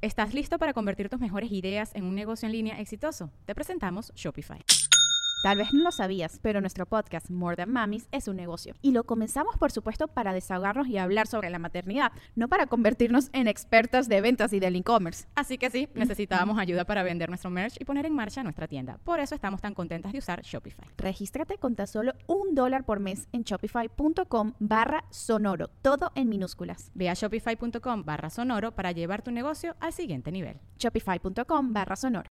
¿Estás listo para convertir tus mejores ideas en un negocio en línea exitoso? Te presentamos Shopify. Tal vez no lo sabías, pero nuestro podcast More Than Mamis es un negocio. Y lo comenzamos, por supuesto, para desahogarnos y hablar sobre la maternidad, no para convertirnos en expertas de ventas y del e-commerce. Así que sí, necesitábamos ayuda para vender nuestro merch y poner en marcha nuestra tienda. Por eso estamos tan contentas de usar Shopify. Regístrate con tan solo $1 por mes en shopify.com/sonoro, todo en minúsculas. Ve a shopify.com/sonoro para llevar tu negocio al siguiente nivel. Shopify.com/sonoro.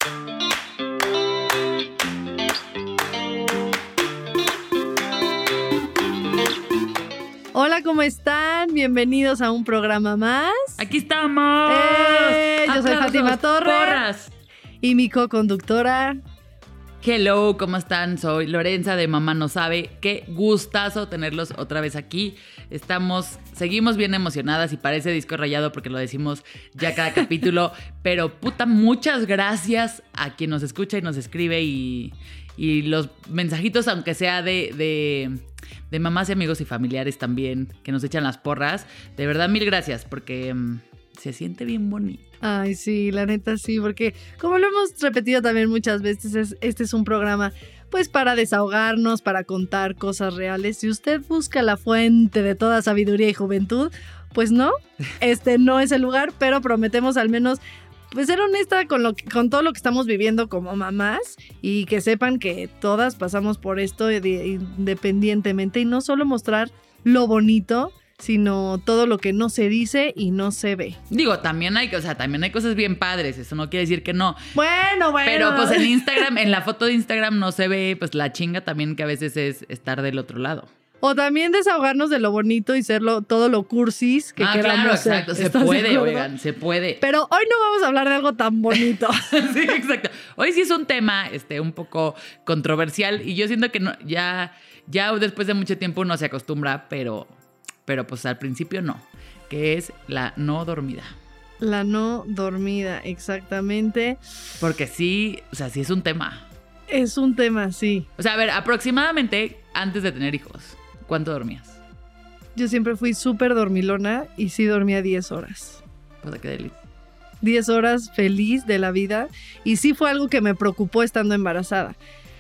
Hola, ¿cómo están? Bienvenidos a un programa más. ¡Aquí estamos! Yo soy Fátima Torres. Porras. Y mi co-conductora. Hello, ¿cómo están? Soy Lorenza de Mamá No Sabe. Qué gustazo tenerlos otra vez aquí. Seguimos bien emocionadas y parece disco rayado porque lo decimos ya cada capítulo. Pero puta, muchas gracias a quien nos escucha y nos escribe y los mensajitos, aunque sea de mamás y amigos y familiares también, que nos echan las porras. De verdad, mil gracias, porque se siente bien bonito. Ay, sí, la neta sí, porque como lo hemos repetido también muchas veces, este es un programa pues para desahogarnos, para contar cosas reales. Si usted busca la fuente de toda sabiduría y juventud, pues no, este no es el lugar, pero prometemos al menos pues ser honesta con todo lo que estamos viviendo como mamás y que sepan que todas pasamos por esto independientemente y no solo mostrar lo bonito, sino todo lo que no se dice y no se ve. Digo, también hay cosas bien padres, eso no quiere decir que no. Bueno. Pero pues en Instagram, en la foto de Instagram no se ve pues la chinga también que a veces es estar del otro lado. O también desahogarnos de lo bonito y ser todo lo cursis que queramos ser. Exacto, se puede, oigan, se puede. Pero hoy no vamos a hablar de algo tan bonito. Sí, exacto. Hoy sí es un tema un poco controversial y yo siento que no, ya después de mucho tiempo uno se acostumbra, pero pues al principio no, que es la no dormida. La no dormida, exactamente. Porque sí, o sea, sí es un tema. Es un tema, sí. O sea, a ver, aproximadamente antes de tener hijos, ¿cuánto dormías? Yo siempre fui súper dormilona y sí dormía 10 horas. Pues qué delicia. 10 horas feliz de la vida y sí fue algo que me preocupó estando embarazada.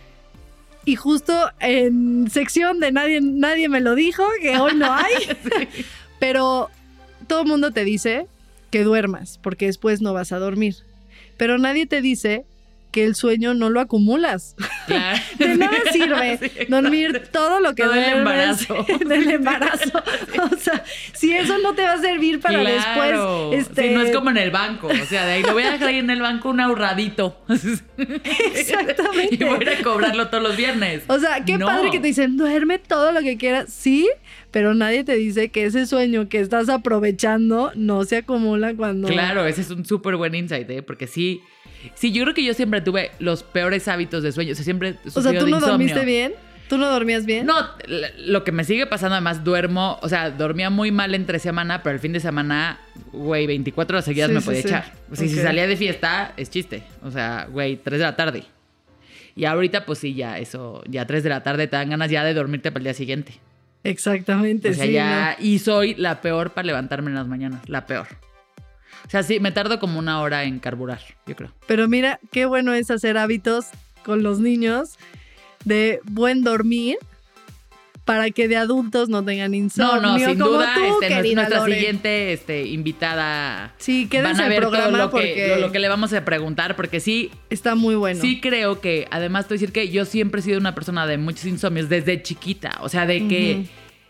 Y justo en sección de nadie me lo dijo, que hoy no hay, sí. Pero todo el mundo te dice que duermas porque después no vas a dormir. Pero nadie te dice que el sueño no lo acumulas. Claro. De nada sirve dormir todo lo que todo duermes el embarazo. Del embarazo. O sea, si eso no te va a servir para después. Sí, no es como en el banco. O sea, de ahí lo voy a dejar ahí en el banco un ahorradito. Exactamente. Y voy a ir a cobrarlo todos los viernes. O sea, qué padre que te dicen, duerme todo lo que quieras. Sí, pero nadie te dice que ese sueño que estás aprovechando no se acumula cuando... Claro, ese es un súper buen insight, porque sí, yo creo que yo siempre tuve los peores hábitos de sueño. O sea, siempre ¿tú no dormiste bien? ¿Tú no dormías bien? No, lo que me sigue pasando, además dormía muy mal entre semana, pero el fin de semana, güey, 24 horas seguidas me podía echar. O sea, si salía de fiesta, es chiste. O sea, güey, 3 de la tarde. Y ahorita, pues sí, ya 3 de la tarde te dan ganas ya de dormirte para el día siguiente. Exactamente, o sea, sí. Ya, ¿no? Y soy la peor para levantarme en las mañanas, la peor. O sea, sí, me tardo como 1 hora en carburar, yo creo. Pero mira, qué bueno es hacer hábitos con los niños de buen dormir para que de adultos no tengan insomnio. No, sin como duda, tú, nuestra Loren. siguiente invitada. Sí, quédense van a ver el programa todo porque lo que le vamos a preguntar, porque sí. Está muy bueno. Sí creo que, además te voy a decir que yo siempre he sido una persona de muchos insomnios desde chiquita. O sea, de que...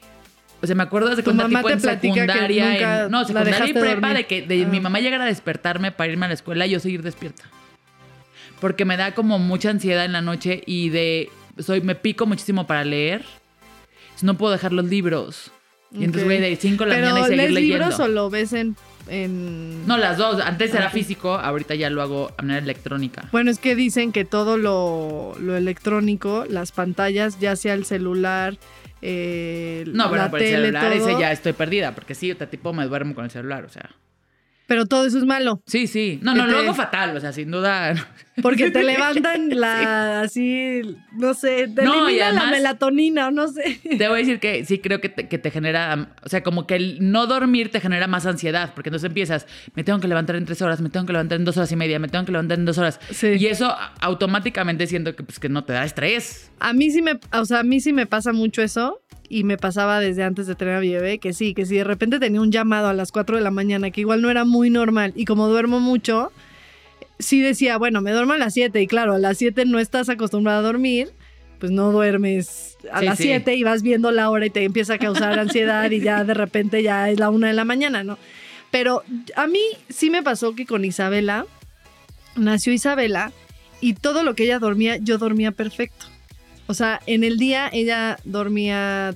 O sea, me acuerdo de cuando tipo en secundaria, secundaria y prepa, de que mi mamá llegara a despertarme para irme a la escuela y yo seguir despierta. Porque me da como mucha ansiedad en la noche y me pico muchísimo para leer. No puedo dejar los libros. Y entonces, güey, de 5 de la mañana y seguir leyendo. ¿Pero lees libros o lo ves en...? No, las dos. Antes era físico, ahorita ya lo hago a manera electrónica. Bueno, es que dicen que todo lo electrónico, las pantallas, ya sea el celular... no, bueno, por el celular todo. Ese ya estoy perdida, porque sí, tipo me duermo con el celular, o sea. Pero todo eso es malo. Sí, sí. No, lo hago fatal, o sea, sin duda. Porque te levantan así, no sé, te elimina además, la melatonina, no sé. Te voy a decir que sí creo que te genera, o sea, como que el no dormir te genera más ansiedad, porque entonces empiezas, me tengo que levantar en 3 horas, me tengo que levantar en 2 horas y media, me tengo que levantar en 2 horas. Sí. Y eso automáticamente siento que, pues, que no te da estrés. A mí sí me pasa mucho eso. Y me pasaba desde antes de tener a mi bebé, que sí, de repente tenía un llamado a las 4 de la mañana, que igual no era muy normal. Y como duermo mucho, sí decía, bueno, me duermo a las 7. Y claro, a las 7 no estás acostumbrada a dormir, pues no duermes a las 7 y vas viendo la hora y te empieza a causar ansiedad y ya de repente ya es la 1 de la mañana, ¿no? Pero a mí sí me pasó que con Isabela, nació Isabela y todo lo que ella dormía, yo dormía perfecto. O sea, en el día ella dormía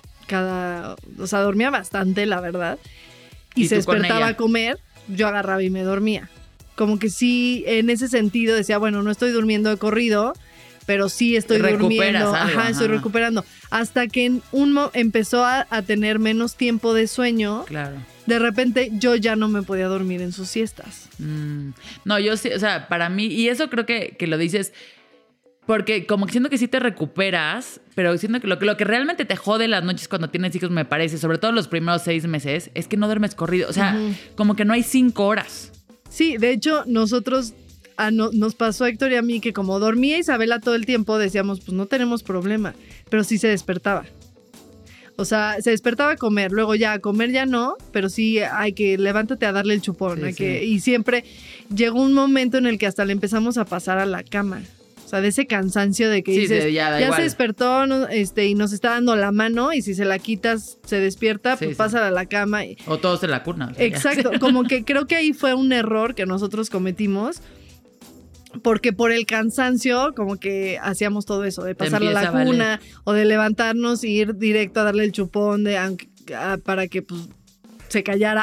dormía bastante, la verdad. Y se despertaba a comer, yo agarraba y me dormía. Como que sí, en ese sentido decía, bueno, no estoy durmiendo de corrido, pero sí estoy durmiendo. Algo, estoy recuperando. Hasta que empezó a tener menos tiempo de sueño. Claro. De repente yo ya no me podía dormir en sus siestas. No, yo sí, o sea, para mí, y eso creo que lo dices... Porque como que siento que sí te recuperas, pero siento que lo que realmente te jode las noches cuando tienes hijos, me parece, sobre todo los primeros 6 meses, es que no duermes corrido. O sea, como que no hay 5 horas. Sí, de hecho, nosotros, nos pasó a Héctor y a mí que como dormía Isabela todo el tiempo, decíamos, pues no tenemos problema, pero sí se despertaba. O sea, se despertaba a comer, luego ya a comer ya no, pero sí hay que levántate a darle el chupón. Sí, y siempre llegó un momento en el que hasta le empezamos a pasar a la cama. O sea, de ese cansancio de que dices, ya se despertó, ¿no? Y nos está dando la mano y si se la quitas, se despierta, pues pásala a la cama. O todos en la cuna. O sea, exacto, como que creo que ahí fue un error que nosotros cometimos, porque por el cansancio como que hacíamos todo eso, de pasarla a la cuna o de levantarnos y ir directo a darle el chupón para que pues se callara.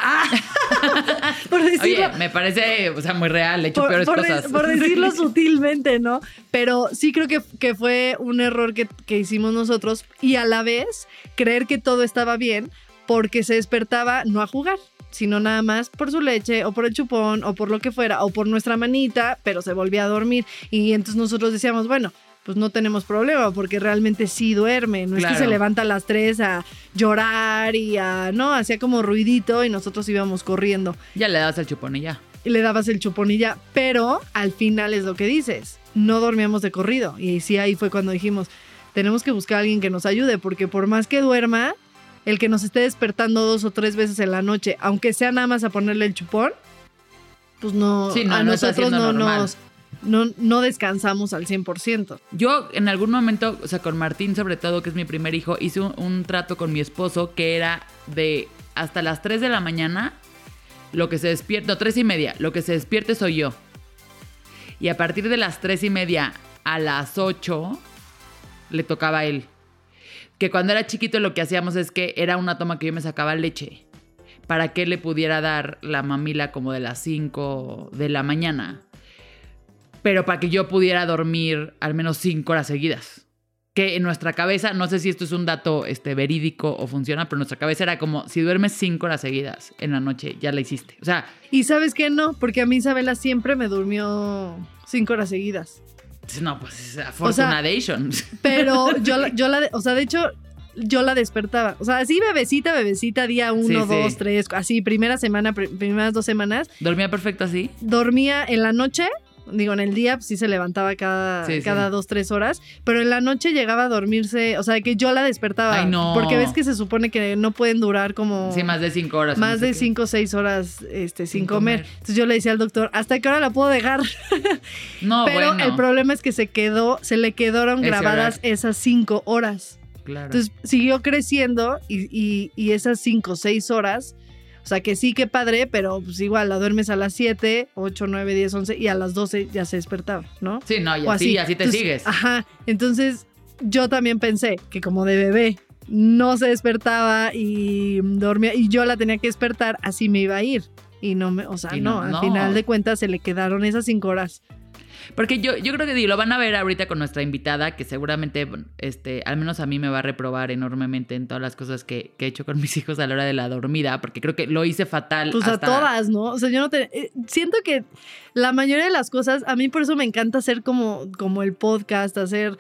Por decirlo, oye, me parece, o sea, muy real, he hecho peores cosas. Por decirlo sutilmente, ¿no? Pero sí creo que fue un error que hicimos nosotros y a la vez creer que todo estaba bien porque se despertaba no a jugar, sino nada más por su leche o por el chupón o por lo que fuera o por nuestra manita, pero se volvía a dormir y entonces nosotros decíamos, bueno, pues no tenemos problema porque realmente sí duerme. No es que se levanta a las 3 a llorar y hacía como ruidito y nosotros íbamos corriendo. Ya le dabas el chupón y ya. Y le dabas el chupón y ya. Pero al final es lo que dices. No dormíamos de corrido. Y sí, ahí fue cuando dijimos, tenemos que buscar a alguien que nos ayude porque por más que duerma, el que nos esté despertando 2 o 3 veces en la noche, aunque sea nada más a ponerle el chupón, pues no, a nosotros no descansamos al 100%. Yo en algún momento, o sea, con Martín sobre todo, que es mi primer hijo, hice un trato con mi esposo que era de hasta las 3 de la mañana, lo que se despierta, 3:30, lo que se despierte soy yo. Y a partir de las 3:30 a las 8 le tocaba a él. Que cuando era chiquito lo que hacíamos es que era una toma que yo me sacaba leche para que le pudiera dar la mamila como de las 5 de la mañana. Pero para que yo pudiera dormir al menos 5 horas seguidas. Que en nuestra cabeza, no sé si esto es un dato verídico o funciona, pero en nuestra cabeza era como, si duermes 5 horas seguidas en la noche, ya la hiciste. O sea... ¿Y sabes qué? No, porque a mí Isabela siempre me durmió 5 horas seguidas. No, pues es afortunadation. O sea, pero de hecho, yo la despertaba. O sea, así bebecita, día 1, 2, 3, así, primeras 2 semanas. ¿Dormía perfecto así? Dormía en la noche. Digo, en el día pues, sí se levantaba cada 2, 3 horas, pero en la noche llegaba a dormirse, o sea, que yo la despertaba. Ay, no. Porque ves que se supone que no pueden durar como... Sí, más de 5 horas. Más de 5 o 6 horas sin comer. Entonces yo le decía al doctor, ¿hasta qué hora la puedo dejar? No, pero el problema es que se le quedaron grabadas esas 5 horas. Claro. Entonces siguió creciendo y esas 5 o 6 horas... O sea, que sí, que padre, pero pues igual la duermes a las 7, 8, 9, 10, 11 y a las 12 ya se despertaba, ¿no? Sí, no, y así te sigues. Ajá, entonces yo también pensé que como de bebé no se despertaba y dormía y yo la tenía que despertar, así me iba a ir. Y no, al final de cuentas se le quedaron esas 5 horas. Porque yo creo que lo van a ver ahorita con nuestra invitada, que seguramente, al menos a mí me va a reprobar enormemente en todas las cosas que he hecho con mis hijos a la hora de la dormida, porque creo que lo hice fatal. Pues a todas, ¿no? O sea, yo no siento que la mayoría de las cosas, a mí por eso me encanta hacer como el podcast, hacer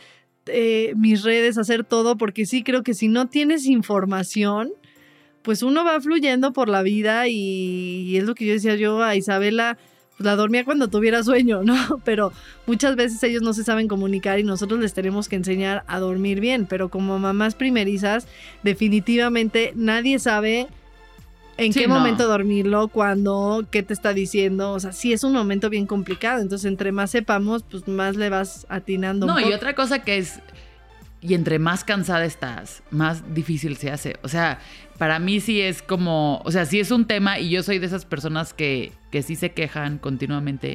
mis redes, hacer todo, porque sí creo que si no tienes información, pues uno va fluyendo por la vida y es lo que yo decía yo a Isabela, pues la dormía cuando tuviera sueño, ¿no? Pero muchas veces ellos no se saben comunicar y nosotros les tenemos que enseñar a dormir bien, pero como mamás primerizas, definitivamente nadie sabe en qué momento dormirlo, cuándo, qué te está diciendo, o sea, sí es un momento bien complicado, entonces entre más sepamos, pues más le vas atinando un poco. Y otra cosa que es, y entre más cansada estás, más difícil se hace, o sea, para mí sí es como, o sea, sí es un tema y yo soy de esas personas que sí se quejan continuamente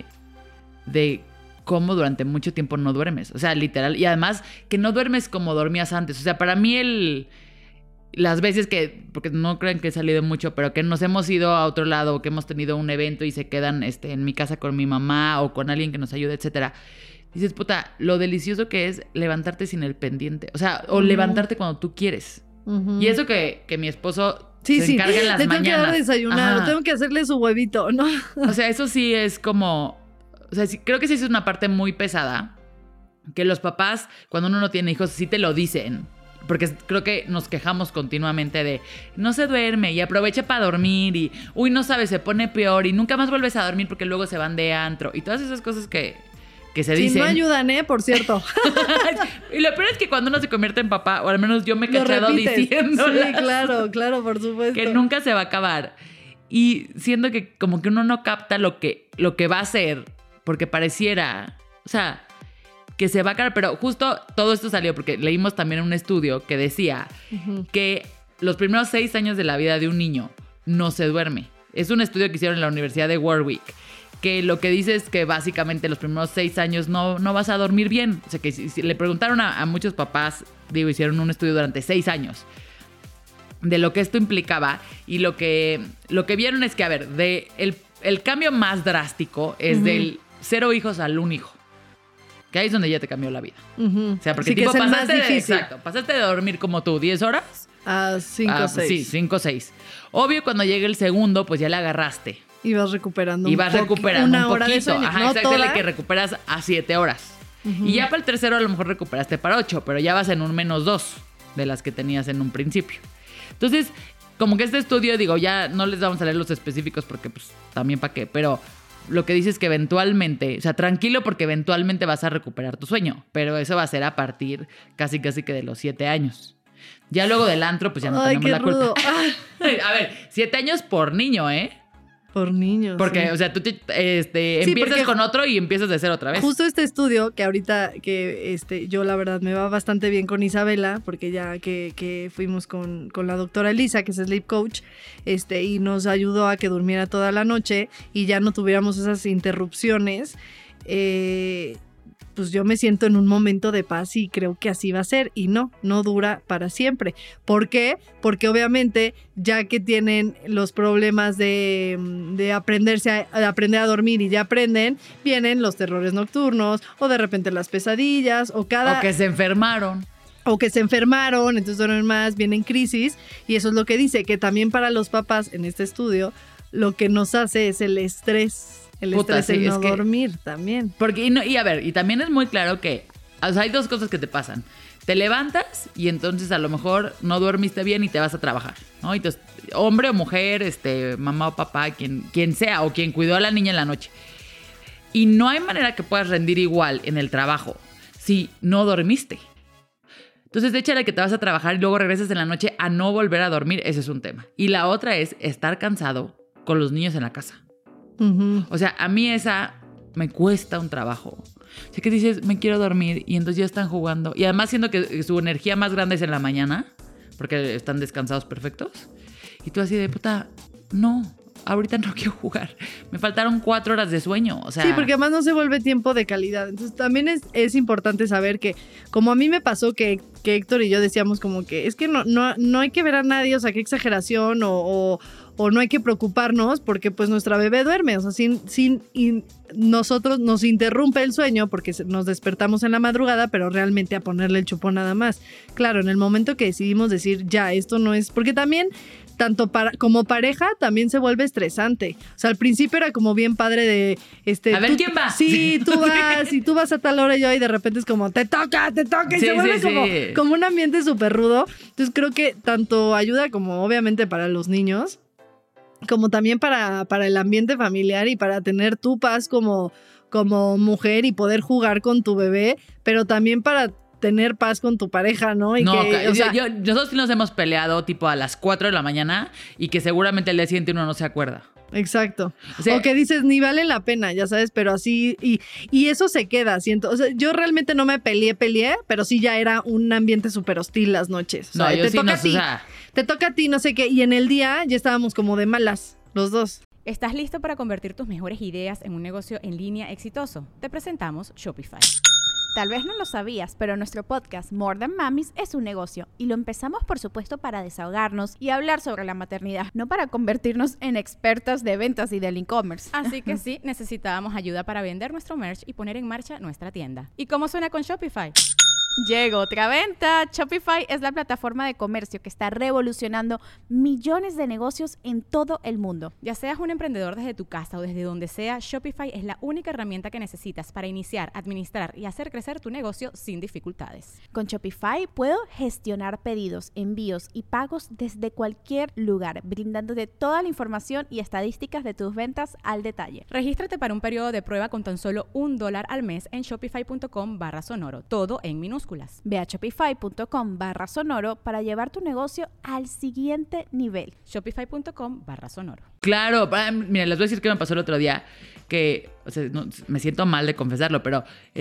de cómo durante mucho tiempo no duermes, o sea, literal, y además que no duermes como dormías antes, o sea, para mí las veces que, porque no crean que he salido mucho, pero que nos hemos ido a otro lado o que hemos tenido un evento y se quedan en mi casa con mi mamá o con alguien que nos ayude, etcétera. Dices, puta, lo delicioso que es levantarte sin el pendiente. O sea, o levantarte cuando tú quieres. Y eso que mi esposo se encarga en las mañanas. Le tengo que dar desayunar, tengo que hacerle su huevito, ¿no? O sea, eso sí es como... O sea, sí, creo que sí es una parte muy pesada. Que los papás, cuando uno no tiene hijos, sí te lo dicen. Porque creo que nos quejamos continuamente de no se duerme y aprovecha para dormir y uy, no sabes, se pone peor y nunca más vuelves a dormir porque luego se van de antro y todas esas cosas que se dicen. Sí, no ayudan, por cierto. Y lo peor es que cuando uno se convierte en papá, o al menos yo me he cachado diciendo. Sí, claro, por supuesto. Que nunca se va a acabar. Y siento que como que uno no capta lo que va a ser, porque pareciera, o sea, que se va a acabar. Pero justo todo esto salió porque leímos también un estudio que decía que los primeros 6 años de la vida de un niño no se duerme. Es un estudio que hicieron en la Universidad de Warwick, que lo que dice es que básicamente los primeros 6 años no vas a dormir bien. O sea, que si le preguntaron a muchos papás, hicieron un estudio durante 6 años de lo que esto implicaba y lo que vieron es que, a ver, el cambio más drástico es del 0 hijos al 1 hijo. Que ahí es donde ya te cambió la vida. O sea, porque sí, tipo pasaste de dormir como tú 10 horas a 5 o 6. Sí, 5 o 6. Obvio, cuando llegue el segundo, pues ya le agarraste. Y vas recuperando una hora de sueño. Ajá, no exacto, que recuperas a 7 horas. Y ya para el tercero a lo mejor recuperaste para 8, pero ya vas en un -2 de las que tenías en un principio. Entonces, como que este estudio, digo, ya no les vamos a leer los específicos porque pues también para qué, pero lo que dice es que eventualmente, o sea, tranquilo porque eventualmente vas a recuperar tu sueño, pero eso va a ser a partir casi que de los 7 años. Ya luego del antro, pues ya no tenemos la culpa. A ver, 7 años por niño, ¿eh? Por niños. Porque, sí. O sea, tú empiezas con otro y empiezas de cero otra vez. Justo este estudio, que ahorita yo la verdad me va bastante bien con Isabela, porque ya que fuimos con la doctora Elisa, que es sleep coach, y nos ayudó a que durmiera toda la noche y ya no tuviéramos esas interrupciones, pues yo me siento en un momento de paz y creo que así va a ser. Y no dura para siempre. ¿Por qué? Porque obviamente ya que tienen los problemas de aprender a dormir y ya aprenden, vienen los terrores nocturnos o de repente las pesadillas o que se enfermaron. Entonces duermen más, vienen crisis. Y eso es lo que dice, que también para los papás en este estudio lo que nos hace es el estrés. El estrés en no dormir también. Y a ver, y también es muy claro que, o sea, hay 2 cosas que te pasan. Te levantas y entonces a lo mejor no dormiste bien y te vas a trabajar, ¿no? Y entonces, hombre o mujer, mamá o papá, quien sea, o quien cuidó a la niña en la noche. Y no hay manera que puedas rendir igual en el trabajo si no dormiste. Entonces, échale que te vas a trabajar y luego regresas en la noche a no volver a dormir. Ese es un tema. Y la otra es estar cansado con los niños en la casa. O sea, a mí esa me cuesta un trabajo. O sea, que dices, me quiero dormir y entonces ya están jugando. Y además siento que su energía más grande es en la mañana porque están descansados perfectos. Y tú así de puta, no. ahorita no quiero jugar. Me faltaron 4 horas de sueño, o sea... Sí, porque además no se vuelve tiempo de calidad. Entonces también es importante saber que, como a mí me pasó que Héctor y yo decíamos como que es que no hay que ver a nadie, o sea, qué exageración o no hay que preocuparnos porque pues nuestra bebé duerme, o sea, y nosotros nos interrumpe el sueño porque nos despertamos en la madrugada, pero realmente a ponerle el chupón nada más. Claro, en el momento que decidimos decir ya, esto no es, porque también tanto como pareja también se vuelve estresante. O sea, al principio era como bien padre de... a ver, ¿quién va? Sí, tú vas, y tú vas a tal hora y yo, y de repente es como, te toca, y se vuelve como un ambiente súper rudo. Entonces creo que tanto ayuda como obviamente para los niños, como también para el ambiente familiar y para tener tu paz como mujer y poder jugar con tu bebé, pero también para tener paz con tu pareja, ¿no? Y nosotros sí nos hemos peleado tipo a las 4 de la mañana y que seguramente el día siguiente uno no se acuerda. Exacto. O que dices, ni vale la pena, ya sabes, pero así, y eso se queda, siento. O sea, yo realmente no me peleé, pero sí ya era un ambiente súper hostil las noches. O sea, yo sí te toca a ti, no sé qué, y en el día ya estábamos como de malas, los dos. ¿Estás listo para convertir tus mejores ideas en un negocio en línea exitoso? Te presentamos Shopify. Tal vez no lo sabías, pero nuestro podcast More Than Mamis es un negocio y lo empezamos por supuesto para desahogarnos y hablar sobre la maternidad, no para convertirnos en expertas de ventas y del e-commerce. Así que sí, necesitábamos ayuda para vender nuestro merch y poner en marcha nuestra tienda. ¿Y cómo suena con Shopify? Llegó otra venta. Shopify es la plataforma de comercio que está revolucionando millones de negocios en todo el mundo. Ya seas un emprendedor desde tu casa o desde donde sea, Shopify es la única herramienta que necesitas para iniciar, administrar y hacer crecer tu negocio sin dificultades. Con Shopify puedo gestionar pedidos, envíos y pagos desde cualquier lugar, brindándote toda la información y estadísticas de tus ventas al detalle. Regístrate para un periodo de prueba con tan solo $1 al mes en shopify.com/sonoro, todo en minúsculas. Ve a shopify.com/sonoro para llevar tu negocio al siguiente nivel. Shopify.com/sonoro. Claro, mira, les voy a decir qué me pasó el otro día, que o sea, me siento mal de confesarlo, pero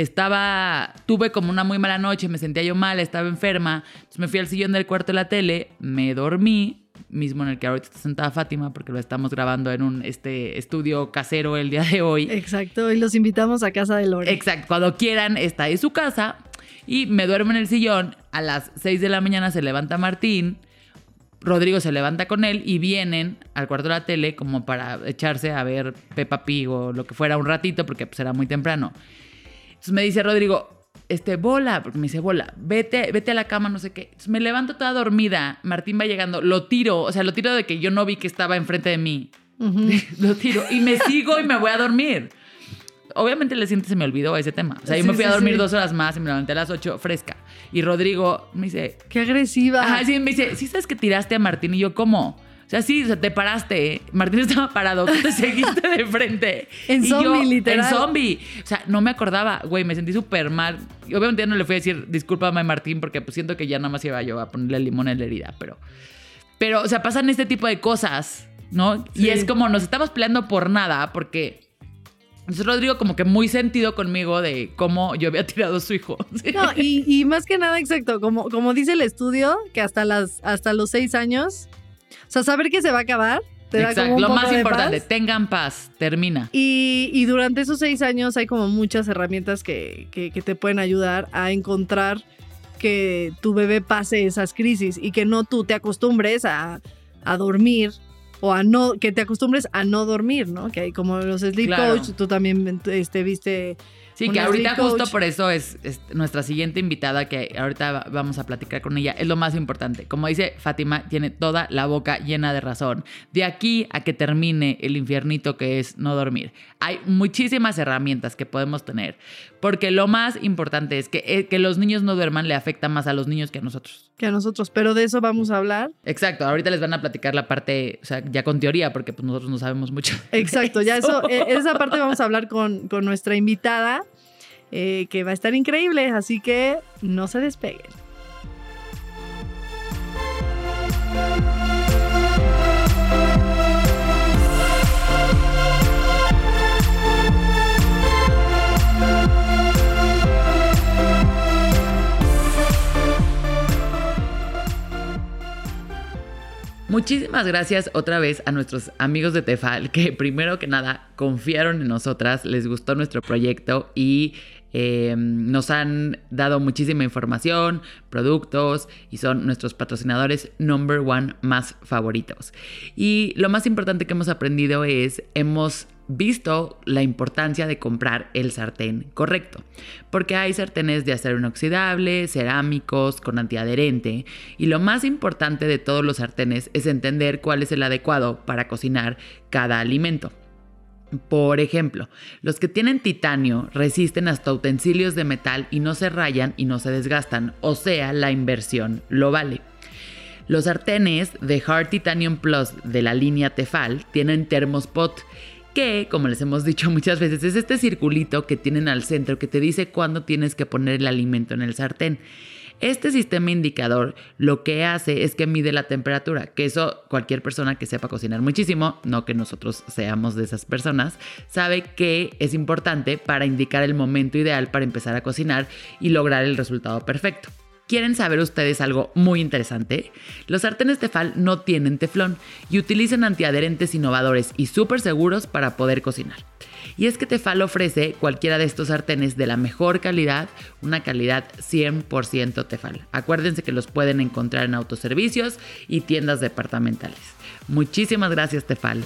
tuve como una muy mala noche, me sentía yo mal, estaba enferma, entonces me fui al sillón del cuarto de la tele, me dormí, mismo en el que ahorita está sentada Fátima, porque lo estamos grabando en un estudio casero el día de hoy. Exacto, y los invitamos a casa de Lore. Exacto, cuando quieran, esta es su casa. Y me duermo en el sillón, a las 6 de la mañana se levanta Martín, Rodrigo se levanta con él y vienen al cuarto de la tele como para echarse a ver Peppa Pig o lo que fuera un ratito, porque pues era muy temprano. Entonces me dice Rodrigo, bola, porque me dice, bola, vete a la cama, no sé qué. Entonces me levanto toda dormida, Martín va llegando, lo tiro de que yo no vi que estaba enfrente de mí. Uh-huh. Lo tiro y me sigo y me voy a dormir. Obviamente el día siguiente se me olvidó ese tema. O sea, yo me fui a dormir 2 horas más y me levanté a las 8 fresca. Y Rodrigo me dice... ¡Qué agresiva! Ajá, sí, me dice, ¿sí sabes que tiraste a Martín? Y yo, ¿cómo? O sea, sí, o sea, te paraste, ¿eh? Martín estaba parado, tú te seguiste de frente. En zombie, literal. En zombie. O sea, no me acordaba, güey, me sentí súper mal. Y obviamente ya no le fui a decir, discúlpame, Martín, porque pues siento que ya nada más iba yo a ponerle limón en la herida. Pero, o sea, pasan este tipo de cosas, ¿no? Sí. Y es como, nos estamos peleando por nada, porque... Entonces Rodrigo como que muy sentido conmigo de cómo yo había tirado a su hijo. ¿Sí? No, y más que nada, exacto, como dice el estudio, que hasta los 6 años, o sea, saber que se va a acabar, te da como un lo poco más de importante, paz. tengan paz, termina. Y durante esos 6 años hay como muchas herramientas que te pueden ayudar a encontrar que tu bebé pase esas crisis y que no tú te acostumbres a dormir o que te acostumbres a no dormir, ¿no? Que hay como los sleep coach, tú también viste... Sí, que ahorita justo por eso es nuestra siguiente invitada, que ahorita vamos a platicar con ella, es lo más importante. Como dice Fátima, tiene toda la boca llena de razón. De aquí a que termine el infiernito que es no dormir. Hay muchísimas herramientas que podemos tener, porque lo más importante es que los niños no duerman le afecta más a los niños que a nosotros. Pero de eso vamos a hablar. Exacto, ahorita les van a platicar la parte, o sea, ya con teoría, porque pues nosotros no sabemos mucho. Exacto, ya esa parte vamos a hablar con nuestra invitada, que va a estar increíble, así que no se despeguen. muchísimas gracias otra vez a nuestros amigos de Tefal que primero que nada confiaron en nosotras, les gustó nuestro proyecto y nos han dado muchísima información, productos y son nuestros patrocinadores number one más favoritos. Y lo más importante que hemos aprendido es, hemos visto la importancia de comprar el sartén correcto, porque hay sartenes de acero inoxidable, cerámicos, con antiadherente, y lo más importante de todos los sartenes es entender cuál es el adecuado para cocinar cada alimento. Por ejemplo, los que tienen titanio resisten hasta utensilios de metal y no se rayan y no se desgastan, o sea, la inversión lo vale. Los sartenes de Hard Titanium Plus de la línea Tefal tienen Thermospot, que, como les hemos dicho muchas veces, es este circulito que tienen al centro que te dice cuándo tienes que poner el alimento en el sartén. Este sistema indicador lo que hace es que mide la temperatura, que eso cualquier persona que sepa cocinar muchísimo, no que nosotros seamos de esas personas, sabe que es importante para indicar el momento ideal para empezar a cocinar y lograr el resultado perfecto. ¿Quieren saber ustedes algo muy interesante? Los sartenes Tefal no tienen teflón y utilizan antiadherentes innovadores y súper seguros para poder cocinar. Y es que Tefal ofrece cualquiera de estos sartenes de la mejor calidad, una calidad 100% Tefal. Acuérdense que los pueden encontrar en autoservicios y tiendas departamentales. Muchísimas gracias, Tefal.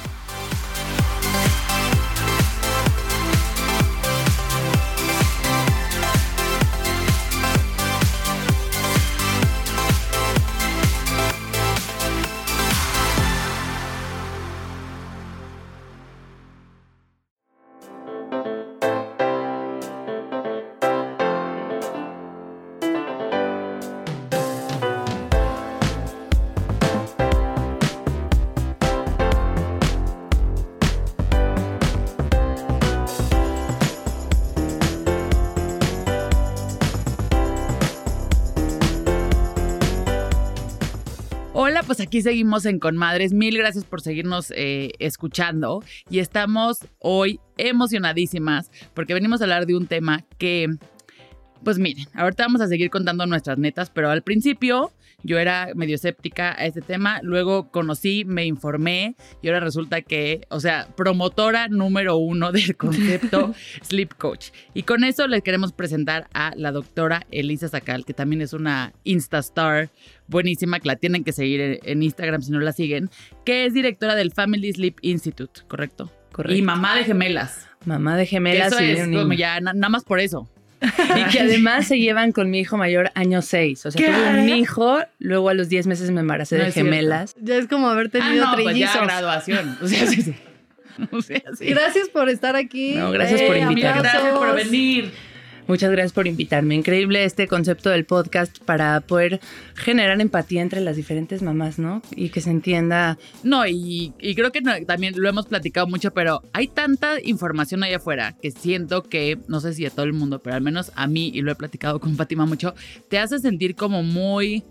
Hola, pues aquí seguimos en Conmadres. Mil gracias por seguirnos escuchando. Y estamos hoy emocionadísimas porque venimos a hablar de un tema que, pues miren, ahorita vamos a seguir contando nuestras netas, pero al principio yo era medio escéptica a este tema, luego conocí, me informé y ahora resulta que, o sea, promotora número 1 del concepto Sleep Coach. Y con eso les queremos presentar a la doctora Elisa Sacal, que también es una Instastar buenísima, que la tienen que seguir en Instagram si no la siguen, que es directora del Family Sleep Institute, ¿correcto? Correcto. Y mamá de gemelas. Mamá de gemelas. Eso y es como ya nada más por eso. Y que además se llevan con mi hijo mayor año 6. O sea, ¿Qué? tuve un hijo, luego a los 10 meses me embaracé No de es cierto. gemelas. Ya es como haber tenido no, pues trillizos. ya graduación. O sea, sí. O sea, sí. Gracias por estar aquí. No, gracias por invitarme. Gracias por venir. Muchas gracias por invitarme. Increíble este concepto del podcast para poder generar empatía entre las diferentes mamás, ¿no? Y que se entienda. No, y creo que también lo hemos platicado mucho, pero hay tanta información allá afuera que siento que, no sé si a todo el mundo, pero al menos a mí, y lo he platicado con Fátima mucho, te hace sentir como muy...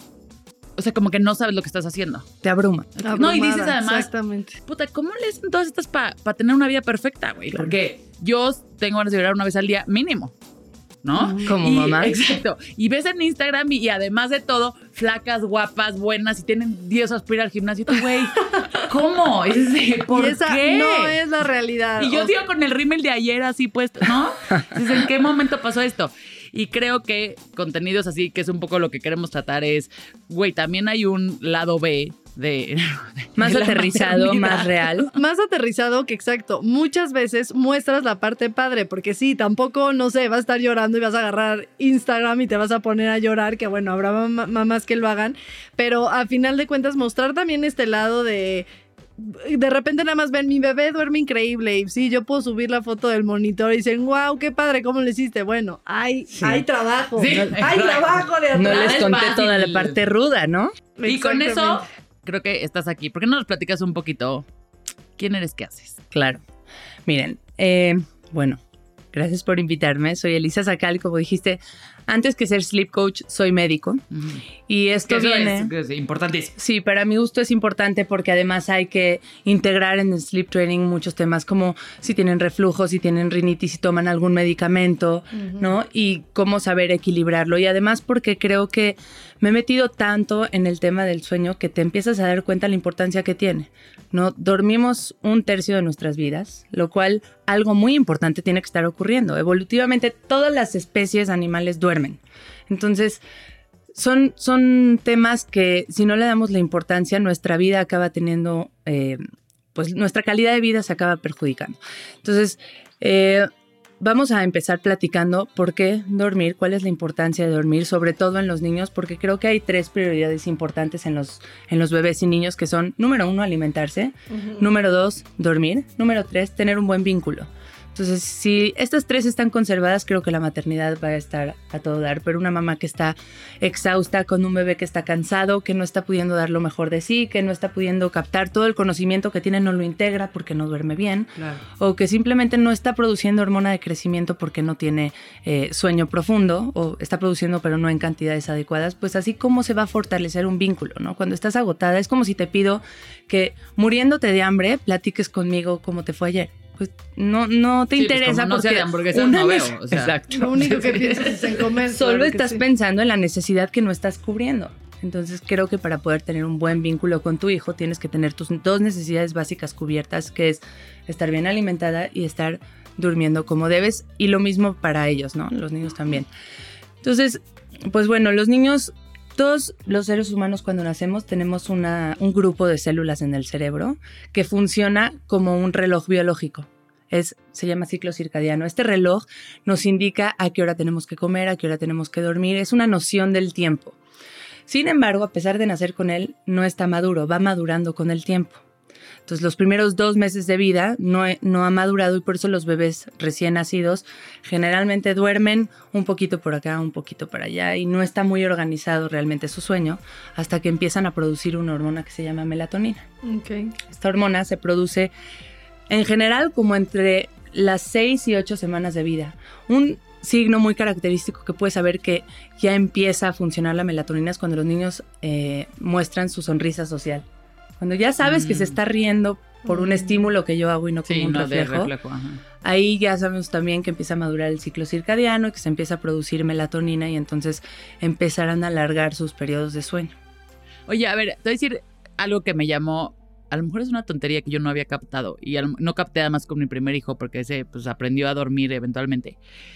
O sea, como que no sabes lo que estás haciendo. Te abruma. No, y dices Abrumada, además, exactamente. puta, ¿cómo le hacen todas estas para tener una vida perfecta, güey? Claro. Porque yo tengo ganas de llorar una vez al día mínimo, ¿no? Como Y- mamá. Exacto. Y ves en Instagram y además de todo, flacas, guapas, buenas y tienen 10 para ir al gimnasio. Y tú, güey, ¿cómo? Y dices, ¿por Y esa qué? no es la realidad. Y yo O- sigo con el rímel de ayer así puesto, ¿no? Entonces, ¿en qué momento pasó esto? Y creo que contenidos así, que es un poco lo que queremos tratar, es, güey, también hay un lado B de Más de la aterrizado, maternidad. más real. Más aterrizado que exacto. Muchas veces muestras la parte padre, porque sí, tampoco, no sé, vas a estar llorando y vas a agarrar Instagram y te vas a poner a llorar, que bueno, habrá mamás que lo hagan, pero a final de cuentas mostrar también este lado de repente nada más ven, mi bebé duerme increíble y sí, yo puedo subir la foto del monitor y dicen, wow, qué padre, ¿cómo lo hiciste? Bueno, hay trabajo, Sí, hay exacto. trabajo de No atrás. les es conté fácil. toda la parte ruda, ¿no? Y con eso, Exactamente. creo que estás aquí. ¿Por qué no nos platicas un poquito quién eres, qué haces? Claro. Miren, bueno, gracias por invitarme. Soy Elisa Sacal, como dijiste. antes que ser sleep coach, soy médico. Y esto viene... Es importantísimo. Sí, para mi gusto es importante porque además hay que integrar en el sleep training muchos temas como si tienen reflujo, si tienen rinitis, si toman algún medicamento, ¿no? Y cómo saber equilibrarlo. Y además porque creo que me he metido tanto en el tema del sueño que te empiezas a dar cuenta de la importancia que tiene, ¿no? Dormimos 1/3 de nuestras vidas, lo cual algo muy importante tiene que estar ocurriendo. Evolutivamente todas las especies animales duermen. Entonces, son temas que si no le damos la importancia, nuestra vida acaba teniendo, pues nuestra calidad de vida se acaba perjudicando. Entonces, vamos a empezar platicando por qué dormir, cuál es la importancia de dormir, sobre todo en los niños, porque creo que hay 3 prioridades importantes en los bebés y niños que son, número 1, alimentarse, número 2, dormir, número 3, tener un buen vínculo. Entonces, si estas 3 están conservadas, creo que la maternidad va a estar a todo dar. Pero una mamá que está exhausta, con un bebé que está cansado, que no está pudiendo dar lo mejor de sí, que no está pudiendo captar todo el conocimiento que tiene, no lo integra porque no duerme bien. Claro. O que simplemente no está produciendo hormona de crecimiento porque no tiene sueño profundo, o está produciendo pero no en cantidades adecuadas, pues así como se va a fortalecer un vínculo, ¿no? Cuando estás agotada, es como si te pido que muriéndote de hambre, platiques conmigo cómo te fue ayer. Pues no te interesa, pues no porque sea de hamburguesas no veo. O sea, exacto. Lo único que piensas es en comer. Solo claro estás pensando en la necesidad que no estás cubriendo. Entonces creo que para poder tener un buen vínculo con tu hijo tienes que tener tus 2 necesidades básicas cubiertas, que es estar bien alimentada y estar durmiendo como debes, y lo mismo para ellos, ¿no? Los niños también. Entonces, pues bueno, los niños, todos los seres humanos cuando nacemos tenemos un grupo de células en el cerebro que funciona como un reloj biológico. Se llama ciclo circadiano. Este reloj nos indica a qué hora tenemos que comer, a qué hora tenemos que dormir. Es una noción del tiempo. Sin embargo, a pesar de nacer con él, no está maduro, va madurando con el tiempo. Entonces, los primeros 2 meses de vida no ha madurado, y por eso los bebés recién nacidos generalmente duermen un poquito por acá, un poquito para allá, y no está muy organizado realmente su sueño hasta que empiezan a producir una hormona que se llama melatonina. Okay. Esta hormona se produce en general como entre las 6 y 8 semanas de vida. Un signo muy característico que puedes saber que ya empieza a funcionar la melatonina es cuando los niños muestran su sonrisa social. Cuando ya sabes que se está riendo por un estímulo que yo hago y no como un reflejo. Ahí ya sabemos también que empieza a madurar el ciclo circadiano y que se empieza a producir melatonina, y entonces empezarán a alargar sus periodos de sueño. Oye, a ver, te voy a decir algo que me llamó. A lo mejor es una tontería que yo no había captado, y no capté además con mi primer hijo porque ese pues aprendió a dormir eventualmente,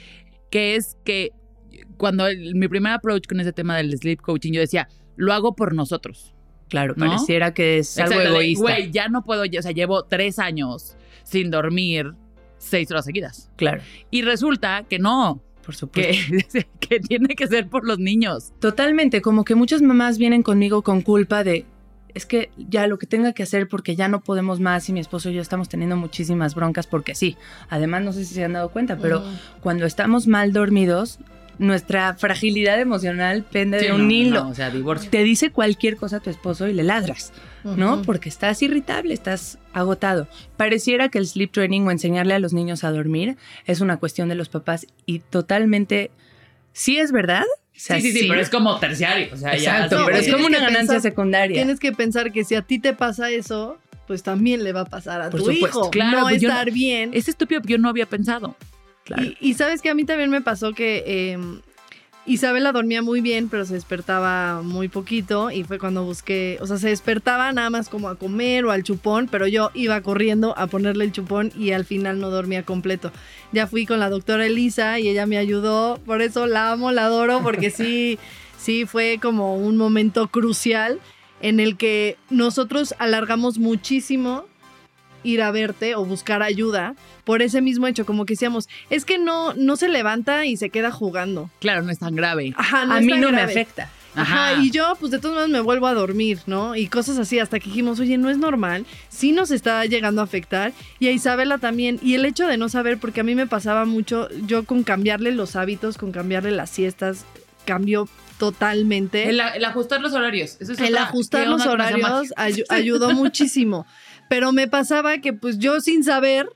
que es que cuando mi primer approach con ese tema del sleep coaching, yo decía, lo hago por nosotros. Claro, ¿no? Pareciera que es algo egoísta. Güey, ya no puedo, o sea, llevo 3 años sin dormir 6 horas seguidas. Claro. Y resulta que no. Por supuesto. Que tiene que ser por los niños. Totalmente, como que muchas mamás vienen conmigo con culpa de, es que ya lo que tenga que hacer porque ya no podemos más, y mi esposo y yo estamos teniendo muchísimas broncas porque sí. Además, no sé si se han dado cuenta, pero cuando estamos mal dormidos, nuestra fragilidad emocional pende de un hilo. No, o sea, divorcio. Te dice cualquier cosa a tu esposo y le ladras, ¿no? Porque estás irritable, estás agotado. Pareciera que el sleep training o enseñarle a los niños a dormir es una cuestión de los papás, y totalmente sí es verdad. O sea, sí, pero es como terciario. O sea, exacto, ya, pero es como una ganancia pensar, secundaria. Tienes que pensar que si a ti te pasa eso, pues también le va a pasar a tu hijo. Claro, no pues estar bien. Es estúpido, yo no había pensado. Claro. Y sabes que a mí también me pasó que Isabela dormía muy bien, pero se despertaba muy poquito, y fue cuando busqué, o sea, se despertaba nada más como a comer o al chupón, pero yo iba corriendo a ponerle el chupón y al final no dormía completo. Ya fui con la doctora Elisa y ella me ayudó, por eso la amo, la adoro, porque sí fue como un momento crucial en el que nosotros alargamos muchísimo ir a verte o buscar ayuda por ese mismo hecho, como que decíamos, es que no se levanta y se queda jugando. Claro, no es tan grave. Ajá, a mí no me afecta. Ajá, y yo pues de todos modos me vuelvo a dormir, ¿no? Y cosas así, hasta que dijimos, oye, no es normal, sí nos está llegando a afectar, y a Isabela también, y el hecho de no saber, porque a mí me pasaba mucho, yo con cambiarle los hábitos, con cambiarle las siestas, cambió totalmente. El ajustar los horarios. Eso es el ajustar los horarios ayudó muchísimo. Pero me pasaba que pues yo sin saber,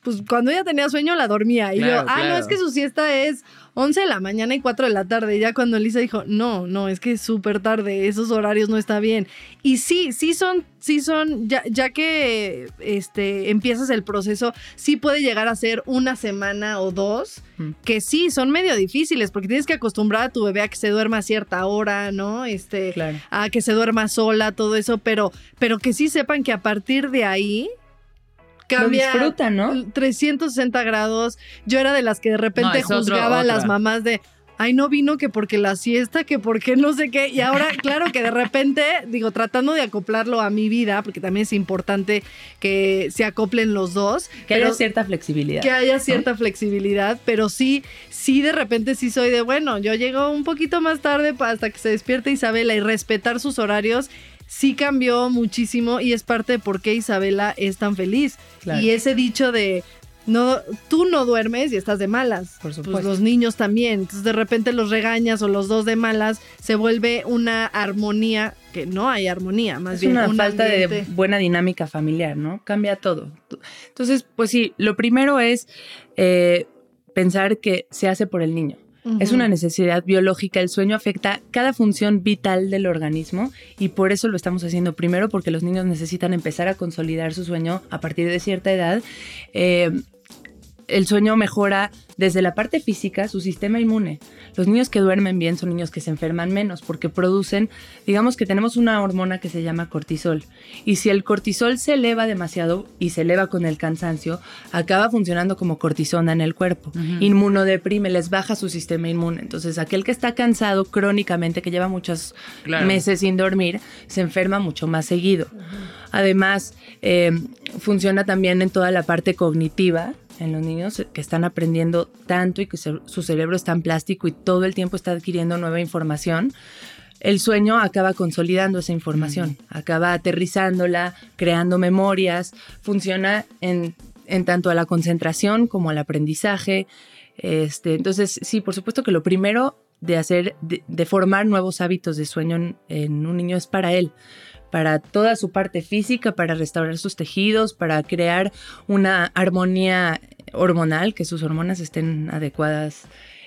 pues cuando ella tenía sueño la dormía. Y Claro, yo, no, claro. es que su siesta es 11 de la mañana y 4 de la tarde. Y ya cuando Elisa dijo, no, es que es súper tarde, esos horarios no está bien. Y sí son, ya que empiezas el proceso, sí puede llegar a ser una semana o 2, que sí, son medio difíciles, porque tienes que acostumbrar a tu bebé a que se duerma a cierta hora, ¿no? Claro. A que se duerma sola, todo eso, pero que sí sepan que a partir de ahí cambia. Lo disfrutan, ¿no? 360 grados. Yo era de las que de repente es otro- juzgaba a las otra. mamás de, ay, no vino que porque la siesta, que porque no sé qué. Y ahora, claro que de repente, digo, tratando de acoplarlo a mi vida, porque también es importante que se acoplen los dos. Que haya cierta flexibilidad. Que haya cierta flexibilidad, pero sí de repente sí soy de, bueno, yo llego un poquito más tarde hasta que se despierte Isabela, y respetar sus horarios sí cambió muchísimo, y es parte de por qué Isabela es tan feliz. Claro. Y ese dicho de, no, tú no duermes y estás de malas. Por supuesto. Pues los niños también. Entonces de repente los regañas o los dos de malas, se vuelve una armonía, que no hay armonía, más Es bien una un falta ambiente. de buena dinámica familiar, ¿no? Cambia todo. Entonces, pues sí, lo primero es pensar que se hace por el niño. Es una necesidad biológica. El sueño afecta cada función vital del organismo, y por eso lo estamos haciendo primero, porque los niños necesitan empezar a consolidar su sueño a partir de cierta edad. El sueño mejora desde la parte física su sistema inmune. Los niños que duermen bien son niños que se enferman menos, porque producen, digamos que tenemos una hormona que se llama cortisol. Y si el cortisol se eleva demasiado y se eleva con el cansancio, acaba funcionando como cortisona en el cuerpo. Inmunodeprime, les baja su sistema inmune. Entonces, aquel que está cansado crónicamente, que lleva muchos meses sin dormir, se enferma mucho más seguido. Además, funciona también en toda la parte cognitiva, en los niños que están aprendiendo tanto y que su cerebro es tan plástico y todo el tiempo está adquiriendo nueva información. El sueño acaba consolidando esa información, acaba aterrizándola, creando memorias, funciona en tanto a la concentración como al aprendizaje. Entonces, sí, por supuesto que lo primero de formar nuevos hábitos de sueño en un niño es para él, para toda su parte física, para restaurar sus tejidos, para crear una armonía hormonal, que sus hormonas estén adecuadas,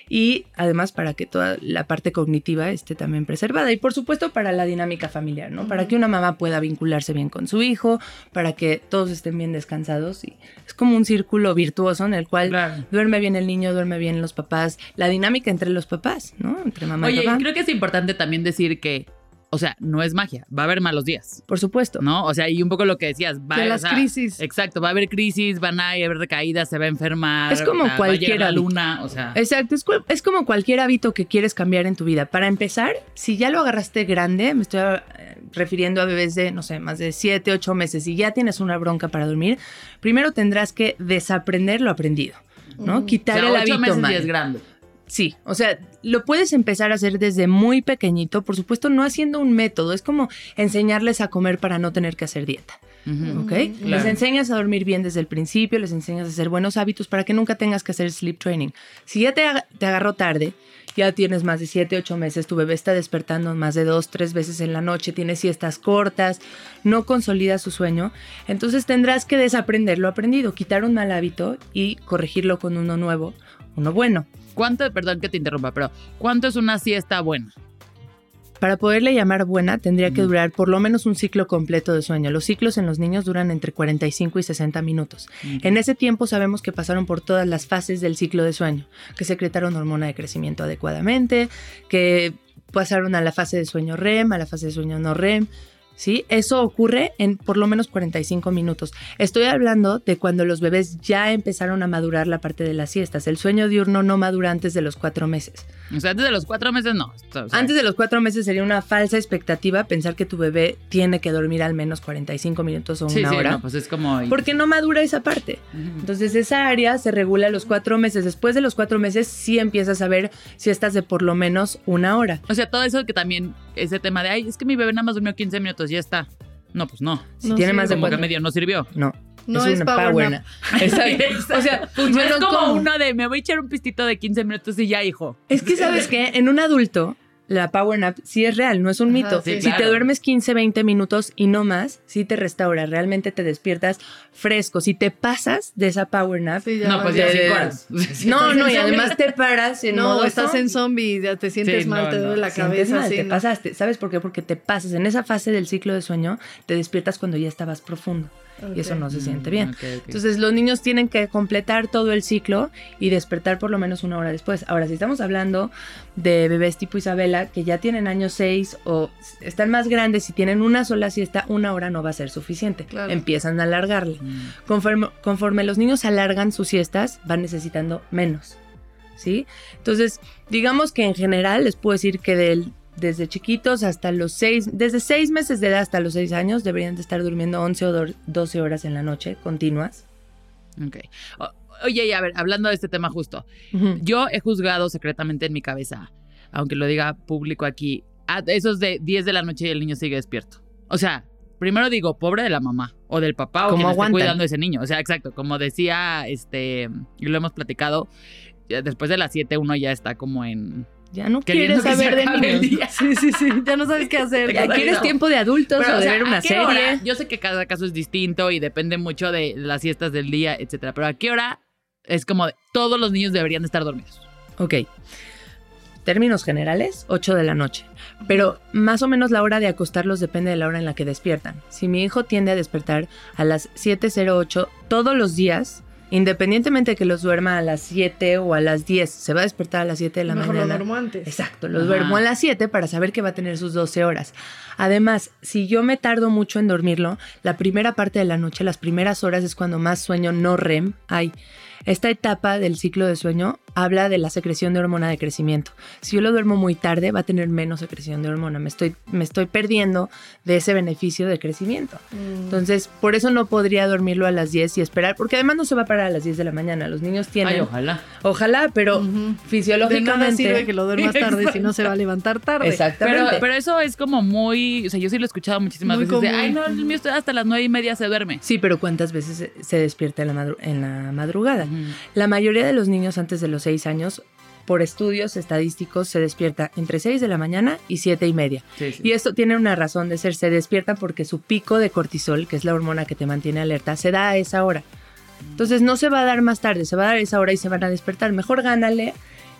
y además para que toda la parte cognitiva esté también preservada, y por supuesto para la dinámica familiar, ¿no? Para que una mamá pueda vincularse bien con su hijo, para que todos estén bien descansados, y es como un círculo virtuoso en el cual duerme bien el niño, duerme bien los papás, la dinámica entre los papás, ¿no? Entre mamá y papá. Oye, creo que es importante también decir que, o sea, no es magia, va a haber malos días. Por supuesto. ¿No? O sea, y un poco lo que decías. De las crisis. Exacto, va a haber crisis, van a haber recaídas, se va a enfermar. Es como va a cualquier llegar la hábito. luna, o sea. Exacto, es como cualquier hábito que quieres cambiar en tu vida. Para empezar, si ya lo agarraste grande, me estoy refiriendo a bebés de, no sé, más de 7, 8 meses, y ya tienes una bronca para dormir, primero tendrás que desaprender lo aprendido, ¿no? Quitar o sea, el 8 hábito meses mal. y es grande. Sí, o sea, lo puedes empezar a hacer desde muy pequeñito, por supuesto no haciendo un método, es como enseñarles a comer para no tener que hacer dieta, ¿ok? Les enseñas a dormir bien desde el principio, les enseñas a hacer buenos hábitos para que nunca tengas que hacer sleep training. Si ya te agarró tarde, ya tienes más de 7, 8 meses, tu bebé está despertando más de 2, 3 veces en la noche, tiene siestas cortas, no consolida su sueño, entonces tendrás que desaprender lo aprendido, quitar un mal hábito y corregirlo con uno nuevo, uno bueno. Perdón que te interrumpa, pero ¿cuánto es una siesta buena? Para poderle llamar buena, tendría que durar por lo menos un ciclo completo de sueño. Los ciclos en los niños duran entre 45 y 60 minutos. En ese tiempo sabemos que pasaron por todas las fases del ciclo de sueño, que secretaron hormona de crecimiento adecuadamente, que pasaron a la fase de sueño REM, a la fase de sueño no REM. ¿Sí? Eso ocurre en por lo menos 45 minutos. Estoy hablando de cuando los bebés ya empezaron a madurar la parte de las siestas. El sueño diurno no madura antes de los 4 meses. O sea, antes de los 4 meses no. O sea, Antes de los 4 meses sería una falsa expectativa pensar que tu bebé tiene que dormir al menos 45 minutos o una hora. No, pues es como... Porque no madura esa parte. Entonces esa área se regula a los 4 meses. Después de los 4 meses sí empiezas a ver siestas de por lo menos una hora. O sea, todo eso que también, ese tema de, ay, es que mi bebé nada más durmió 15 minutos, ya está. No, pues no. Si No tiene sirve. más de Como que 4 medio no sirvió. No. No es una power nap. nap. Exacto. O sea, No funciona es como como uno de, me voy a echar un pistito de 15 minutos y ya, hijo. Es que, ¿sabes qué? En un adulto, la power nap sí es real, no es un Ajá, mito. sí, Si claro. te duermes 15, 20 minutos y no más, sí te restaura, realmente te despiertas fresco. Si te pasas de esa power nap, Sí, No, pues ya valió. 5 horas. no, y además te paras en No, modo estás zombie. en zombie, ya te sientes Sí, mal, no, te duele no, la Sientes cabeza. mal, Sí, te no. pasaste. ¿Sabes por qué? Porque te pasas. En esa fase del ciclo de sueño, te despiertas cuando ya estabas profundo. Ok. Y eso no se siente bien. Ok, ok. Entonces, los niños tienen que completar todo el ciclo y despertar por lo menos 1 hora después. Ahora, si estamos hablando de bebés tipo Isabela, que ya tienen años 6 o están más grandes y tienen una sola siesta, 1 hora no va a ser suficiente. Claro. Empiezan a alargarla. Conforme los niños alargan sus siestas, van necesitando menos. ¿Sí? Entonces, digamos que en general les puedo decir que desde chiquitos hasta los 6 meses de edad hasta los 6 años deberían de estar durmiendo 11 o 12 horas en la noche continuas. Ok. Oye, y a ver, hablando de este tema justo, yo he juzgado secretamente en mi cabeza, aunque lo diga público aquí, a esos de 10 de la noche y el niño sigue despierto. O sea, primero digo, pobre de la mamá o del papá o ¿Cómo quien esté aguantan? cuidando a ese niño. O sea, exacto, como decía, y lo hemos platicado, ya después de las 7 uno ya está como en... Ya no Queriendo quieres que se saber de acabe el niños. día. Sí, sí, sí, ya no sabes qué hacer. Ya Exacto. quieres tiempo de adultos Pero, o o de sea, ver una ¿a qué serie. hora? Yo sé que cada caso es distinto y depende mucho de las siestas del día, etcétera. Pero ¿a qué hora es como de, todos los niños deberían de estar dormidos? Ok. Términos generales, 8 de la noche. Pero más o menos la hora de acostarlos depende de la hora en la que despiertan. Si mi hijo tiende a despertar a las 7:08 todos los días, independientemente de que los duerma a las 7 o a las 10, se va a despertar a las 7 de la Mejor lo mañana. duermo antes. Exacto, los Ajá. duermo a las 7 para saber que va a tener sus 12 horas. Además, si yo me tardo mucho en dormirlo, la primera parte de la noche, las primeras horas es cuando más sueño no REM hay. Esta etapa del ciclo de sueño habla de la secreción de hormona de crecimiento. Si yo lo duermo muy tarde, va a tener menos secreción de hormona. Me estoy perdiendo de ese beneficio de crecimiento. Entonces, por eso no podría dormirlo a las 10 y esperar, porque además no se va a parar a las 10 de la mañana. Los niños tienen... Ay, ojalá. Ojalá, pero Ujú. De fisiológicamente... nada sirve que lo duermas tarde Exacto. si no se va a levantar tarde. Exactamente. Pero eso es como muy... O sea, yo sí lo he escuchado muchísimas Muy veces. De, común. ay, no, el mío está hasta las 9:30 se duerme. Sí, pero ¿cuántas veces se despierta en la madrugada? Ujú. La mayoría de los niños antes de los 6 años, por estudios estadísticos, se despierta entre 6 de la mañana y 7:30. Sí, sí. Y esto tiene una razón de ser. Se despiertan porque su pico de cortisol, que es la hormona que te mantiene alerta, se da a esa hora. Entonces no se va a dar más tarde, se va a dar a esa hora y se van a despertar. Mejor gánale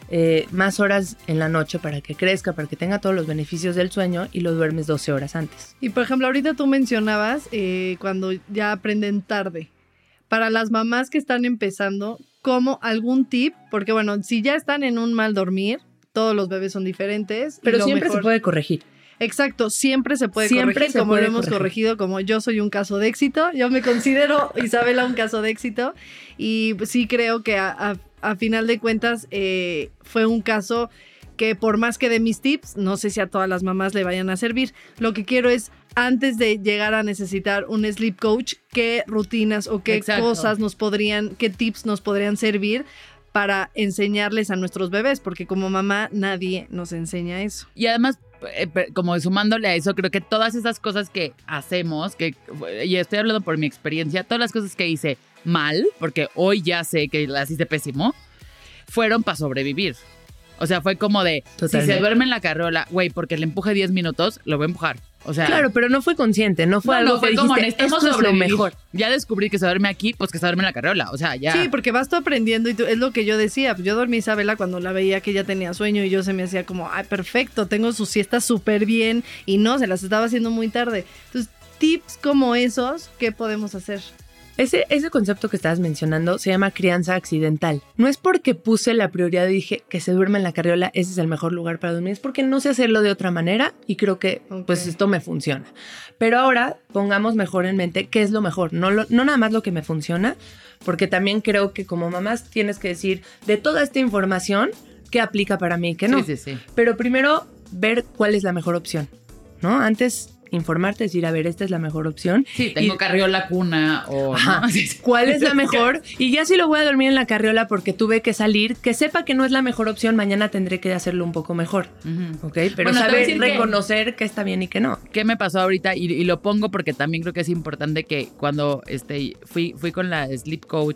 más horas en la noche para que crezca, para que tenga todos los beneficios del sueño y lo duermes 12 horas antes. Y por ejemplo, ahorita tú mencionabas cuando ya aprenden tarde. Para las mamás que están empezando, ¿como algún tip? Porque bueno, si ya están en un mal dormir, todos los bebés son diferentes. y Pero lo siempre mejor- se puede corregir. Exaclo, siempre se puede Siempre corregir, se como puede lo hemos corregir. corregido, como yo soy un caso de éxito. Yo me considero, Isabela, un caso de éxito. Y pues, sí creo que a final de cuentas fue un caso que por más que de mis tips, no sé si a todas las mamás le vayan a servir. Lo que quiero es, antes de llegar a necesitar un sleep coach, qué rutinas o qué Exacto. cosas qué tips nos podrían servir para enseñarles a nuestros bebés, porque como mamá nadie nos enseña eso. Y además, como sumándole a eso, creo que todas esas cosas que hacemos, y estoy hablando por mi experiencia, todas las cosas que hice mal, porque hoy ya sé que las hice pésimo, fueron para sobrevivir. O sea, fue como de, Totalmente. si se duerme en la carriola, güey, porque le empuje 10 minutos, lo voy a empujar. O sea, Claro, pero no fue consciente, no fue algo que fue como dijiste, necesitamos esto es lo sobrevivir. mejor. Ya descubrí que se duerme aquí, pues que se duerme en la carriola. O sea, ya. Sí, porque vas tú aprendiendo y es lo que yo decía. Yo dormí a Isabela cuando la veía que ella tenía sueño y yo se me hacía como, ay, perfecto, tengo sus siestas súper bien y no, se las estaba haciendo muy tarde. Entonces, tips como esos, ¿qué podemos hacer? Ese concepto que estabas mencionando se llama crianza accidental. No es porque puse la prioridad y dije que se duerma en la carriola, ese es el mejor lugar para dormir, es porque no sé hacerlo de otra manera y creo que Ok. pues esto me funciona. Pero ahora pongamos mejor en mente qué es lo mejor, no nada más lo que me funciona, porque también creo que como mamás tienes que decir de toda esta información qué aplica para mí y qué no. Sí, sí, sí. Pero primero ver cuál es la mejor opción, ¿no? Antes informarte, decir, a ver, esta es la mejor opción. Sí, tengo Y- carriola, cuna o... Ajá. ¿no? Sí, sí. ¿Cuál es la mejor? Y ya si lo voy a dormir en la carriola porque tuve que salir, que sepa que no es la mejor opción, mañana tendré que hacerlo un poco mejor. Ujú. ¿Ok? Pero Bueno, te voy a saber decir que- reconocer que está bien y que no. ¿Qué me pasó ahorita? Y lo pongo porque también creo que es importante que cuando fui con la sleep coach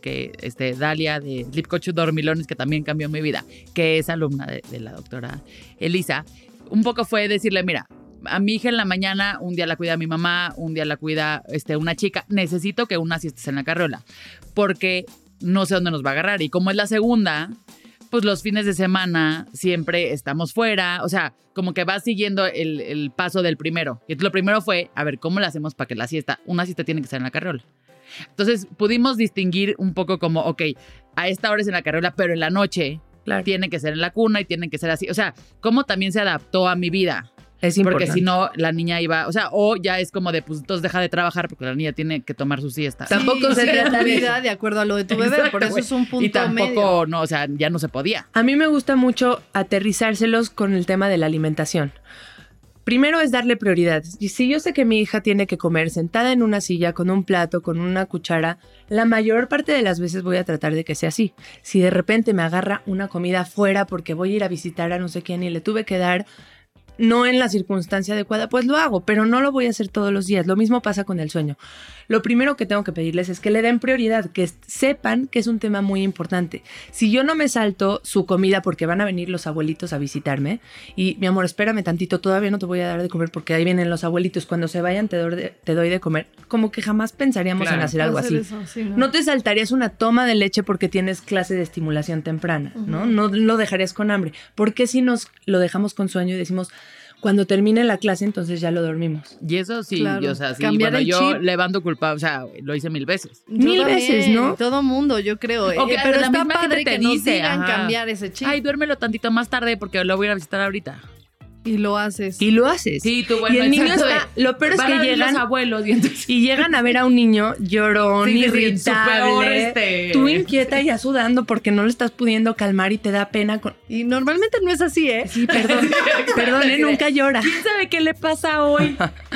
Dalia de Sleep Coach Dormilones, que también cambió mi vida, que es alumna de la doctora Elisa, un poco fue decirle, mira, a mi hija en la mañana, un día la cuida mi mamá, un día la cuida una chica, necesito que una sí estés en la carriola, porque no sé dónde nos va a agarrar. Y como es la segunda, pues los fines de semana siempre estamos fuera, o sea, como que vas siguiendo el paso del primero. Y entonces lo primero fue, a ver, ¿cómo le hacemos para que una siesta tiene que estar en la carriola? Entonces pudimos distinguir un poco como, ok, a esta hora es en la carriola, pero en la noche tiene que ser en la cuna y tienen que ser así. O sea, cómo también se adaptó a mi vida. Es importante. Porque si no, la niña iba, o sea, o ya es como de, pues entonces deja de trabajar porque la niña tiene que tomar su siesta. Tampoco se trata de acuerdo a lo de tu bebé, Exacto, por eso es un punto y tampoco, medio. no, o sea, ya no se podía. A mí me gusta mucho aterrizárselos con el tema de la alimentación. Primero es darle prioridad. Y si yo sé que mi hija tiene que comer sentada en una silla, con un plato, con una cuchara, la mayor parte de las veces voy a tratar de que sea así. Si de repente me agarra una comida fuera porque voy a ir a visitar a no sé quién y le tuve que dar, no en la circunstancia adecuada, pues lo hago, pero no lo voy a hacer todos los días. Lo mismo pasa con el sueño. Lo primero que tengo que pedirles es que le den prioridad, que sepan que es un tema muy importante. Si yo no me salto su comida porque van a venir los abuelitos a visitarme y, mi amor, espérame tantito, todavía no te voy a dar de comer porque ahí vienen los abuelitos, cuando se vayan te doy de comer, como que jamás pensaríamos en hacer algo así. Eso, sí, no te saltarías una toma de leche porque tienes clase de estimulación temprana, ¿no? No lo dejarías con hambre. ¿Por qué si nos lo dejamos con sueño y decimos, cuando termine la clase, entonces ya lo dormimos? Y eso sí, Claro. o sea, sí, Cambiar bueno, el yo chip. levanto culpa, o sea, lo hice 1000 veces. Yo Mil también, veces, ¿no? Todo mundo, yo creo. Ok, pero la está misma gente padre te que nos dice, digan ajá, cambiar ese chip. Ay, duérmelo tantito más tarde porque lo voy a ir a visitar ahorita. Y lo haces. Y lo haces. Sí, tú, bueno, y el niño exacto, está, lo peor es van que a venir llegan los abuelos y entonces... y llegan a ver a un niño llorón, Sí, sí, sí, irritable, su peor, tú inquieta y ya sudando porque no lo estás pudiendo calmar y te da pena. Y normalmente no es así, ¿eh? Sí, perdón, perdón, nunca llora. ¿Quién sabe qué le pasa hoy?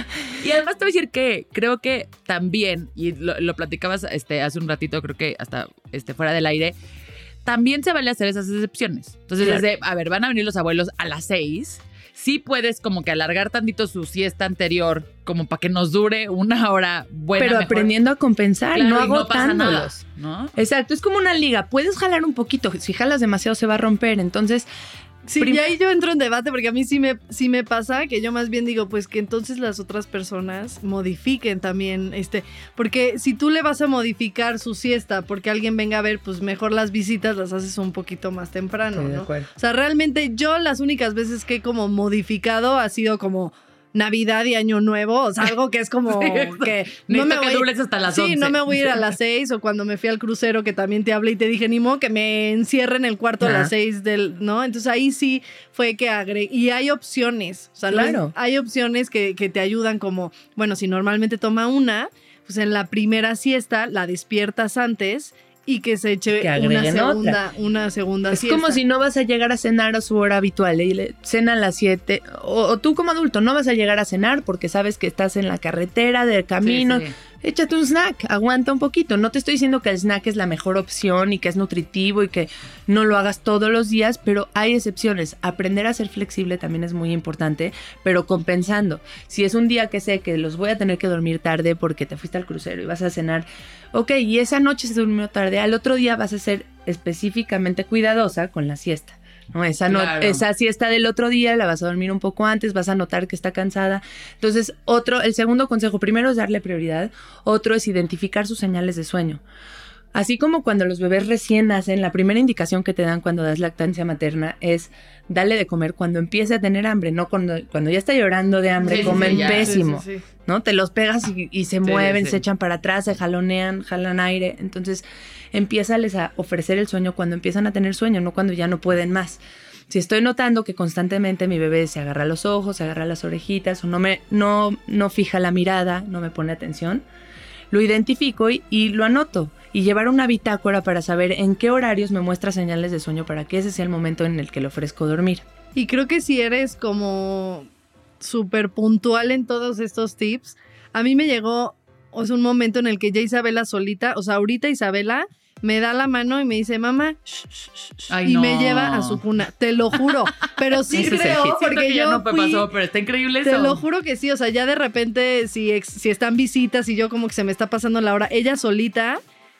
Y además te voy a decir que creo que también, y lo platicabas hace un ratito, creo que hasta fuera del aire, también se vale hacer esas excepciones. Entonces, Claro. a ver, van a venir los abuelos a las 6. Sí puedes como que alargar tantito su siesta anterior, como para que nos dure una hora buena. Pero mejor. aprendiendo a compensar, Claro, no y no pasa nada, agotándolos. ¿no? Exacto, es como una liga. Puedes jalar un poquito. Si jalas demasiado se va a romper. Entonces, Sí, y ahí yo entro en debate porque a mí sí me pasa que yo más bien digo, pues que entonces las otras personas modifiquen también, porque si tú le vas a modificar su siesta porque alguien venga a ver, pues mejor las visitas las haces un poquito más temprano, Estoy de ¿no? acuerdo. O sea, realmente yo las únicas veces que he como modificado ha sido como Navidad y Año Nuevo, o sea, algo que es como que Necesito que dures hasta las 11. Sí, no me voy a ir a las 6, o cuando me fui al crucero que también te hablé y te dije, ni modo que me encierre en el cuarto a las 6 ¿no? Entonces ahí sí fue que agregué, y hay opciones, o sea, Claro. hay opciones que te ayudan como, bueno, si normalmente toma una, pues en la primera siesta la despiertas antes y que se eche Que agreguen una segunda es siesta. como si no vas a llegar a cenar a su hora habitual. Cena a las 7. O tú como adulto no vas a llegar a cenar porque sabes que estás en la carretera, de camino. Sí, sí. Échate un snack, aguanta un poquito. No te estoy diciendo que el snack es la mejor opción y que es nutritivo y que no lo hagas todos los días, pero hay excepciones. Aprender a ser flexible también es muy importante, pero compensando. Si es un día que sé que los voy a tener que dormir tarde porque te fuiste al crucero y vas a cenar, ok, y esa noche se durmió tarde, al otro día vas a ser específicamente cuidadosa con la siesta. No, Claro. esa siesta del otro día la vas a dormir un poco antes, vas a notar que está cansada. Entonces, el segundo consejo, primero es darle prioridad, otro es identificar sus señales de sueño. Así como cuando los bebés recién nacen, la primera indicación que te dan cuando das lactancia materna es darle de comer cuando empiece a tener hambre, no cuando ya está llorando de hambre, Sí, comen sí, ya. pésimo. Sí, sí, sí. ¿No? Te los pegas y se mueven, sí. se echan para atrás, se jalonean, jalan aire. Entonces, empiézales a ofrecer el sueño cuando empiezan a tener sueño, no cuando ya no pueden más. Si estoy notando que constantemente mi bebé se agarra los ojos, se agarra las orejitas o no fija la mirada, no me pone atención, lo identifico y lo anoto. Y llevar una bitácora para saber en qué horarios me muestra señales de sueño para que ese sea el momento en el que le ofrezco dormir. Y creo que si eres como súper puntual en todos estos tips, a mí me llegó, un momento en el que ya Isabela solita, o sea, ahorita Isabela me da la mano y me dice, mamá, Ay, y no. me lleva a su cuna, te lo juro, pero sí Ese es el creo, hit. Siento porque que ya yo no fui, pasó, pero está increíble eso. te lo juro que sí, o sea, ya de repente, si están visitas y yo como que se me está pasando la hora, ella solita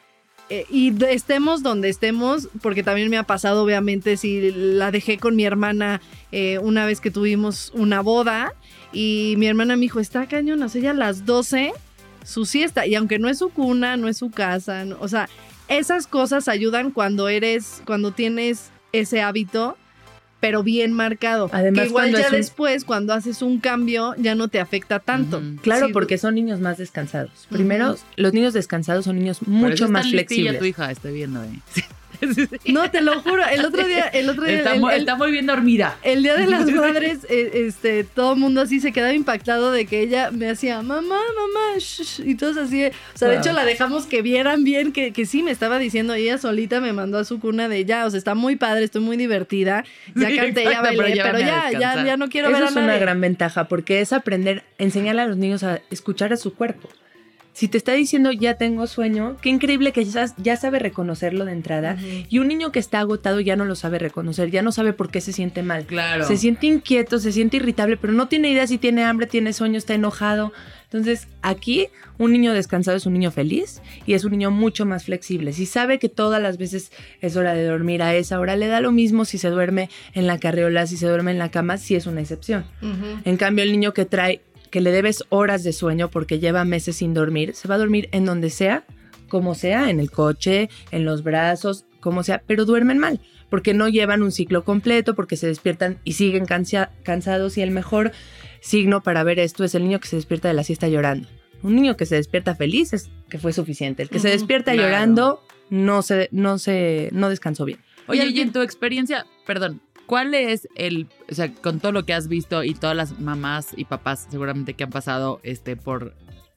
y estemos donde estemos, porque también me ha pasado, obviamente, si la dejé con mi hermana una vez que tuvimos una boda, y mi hermana me dijo, está cañón, o sea, ella a las 12, su siesta, y aunque no es su cuna, no es su casa, no, o sea, esas cosas ayudan cuando tienes ese hábito, pero bien marcado. Además, que igual cuando ya después, cuando haces un cambio, ya no te afecta tanto. Claro, Sí, porque son niños más descansados. Primero, los niños descansados son niños mucho más flexibles. Tu hija, estoy viendo, No, te lo juro, el otro día Está muy bien dormida. el Día de las Madres, todo el mundo así se quedaba impactado de que ella me hacía, mamá, shh", y todos así, o sea, de hecho la dejamos que vieran bien, que sí me estaba diciendo, ella solita me mandó a su cuna de ya, o sea, está muy padre, estoy muy divertida, ya Sí, canté, exacto, ya bailé, pero ya no quiero ver a Eso es una nadie. gran ventaja, porque es enseñarle a los niños a escuchar a su cuerpo. Si te está diciendo ya tengo sueño, qué increíble que ya sabe reconocerlo de entrada. Y un niño que está agotado ya no lo sabe reconocer, ya no sabe por qué se siente mal. Claro. Se siente inquieto, se siente irritable, pero no tiene idea si tiene hambre, tiene sueño, está enojado. Entonces, aquí un niño descansado es un niño feliz y es un niño mucho más flexible. Si sabe que todas las veces es hora de dormir a esa hora, le da lo mismo si se duerme en la carriola, si se duerme en la cama, si es una excepción. En cambio, el niño que le debes horas de sueño porque lleva meses sin dormir, se va a dormir en donde sea, como sea, en el coche, en los brazos, como sea, pero duermen mal, porque no llevan un ciclo completo, porque se despiertan y siguen cansados, y el mejor signo para ver esto es el niño que se despierta de la siesta llorando. Un niño que se despierta feliz es que fue suficiente. El que se despierta llorando no descansó bien. Oye, y en tu experiencia, perdón, ¿cuál es o sea, con todo lo que has visto y todas las mamás y papás seguramente que han pasado por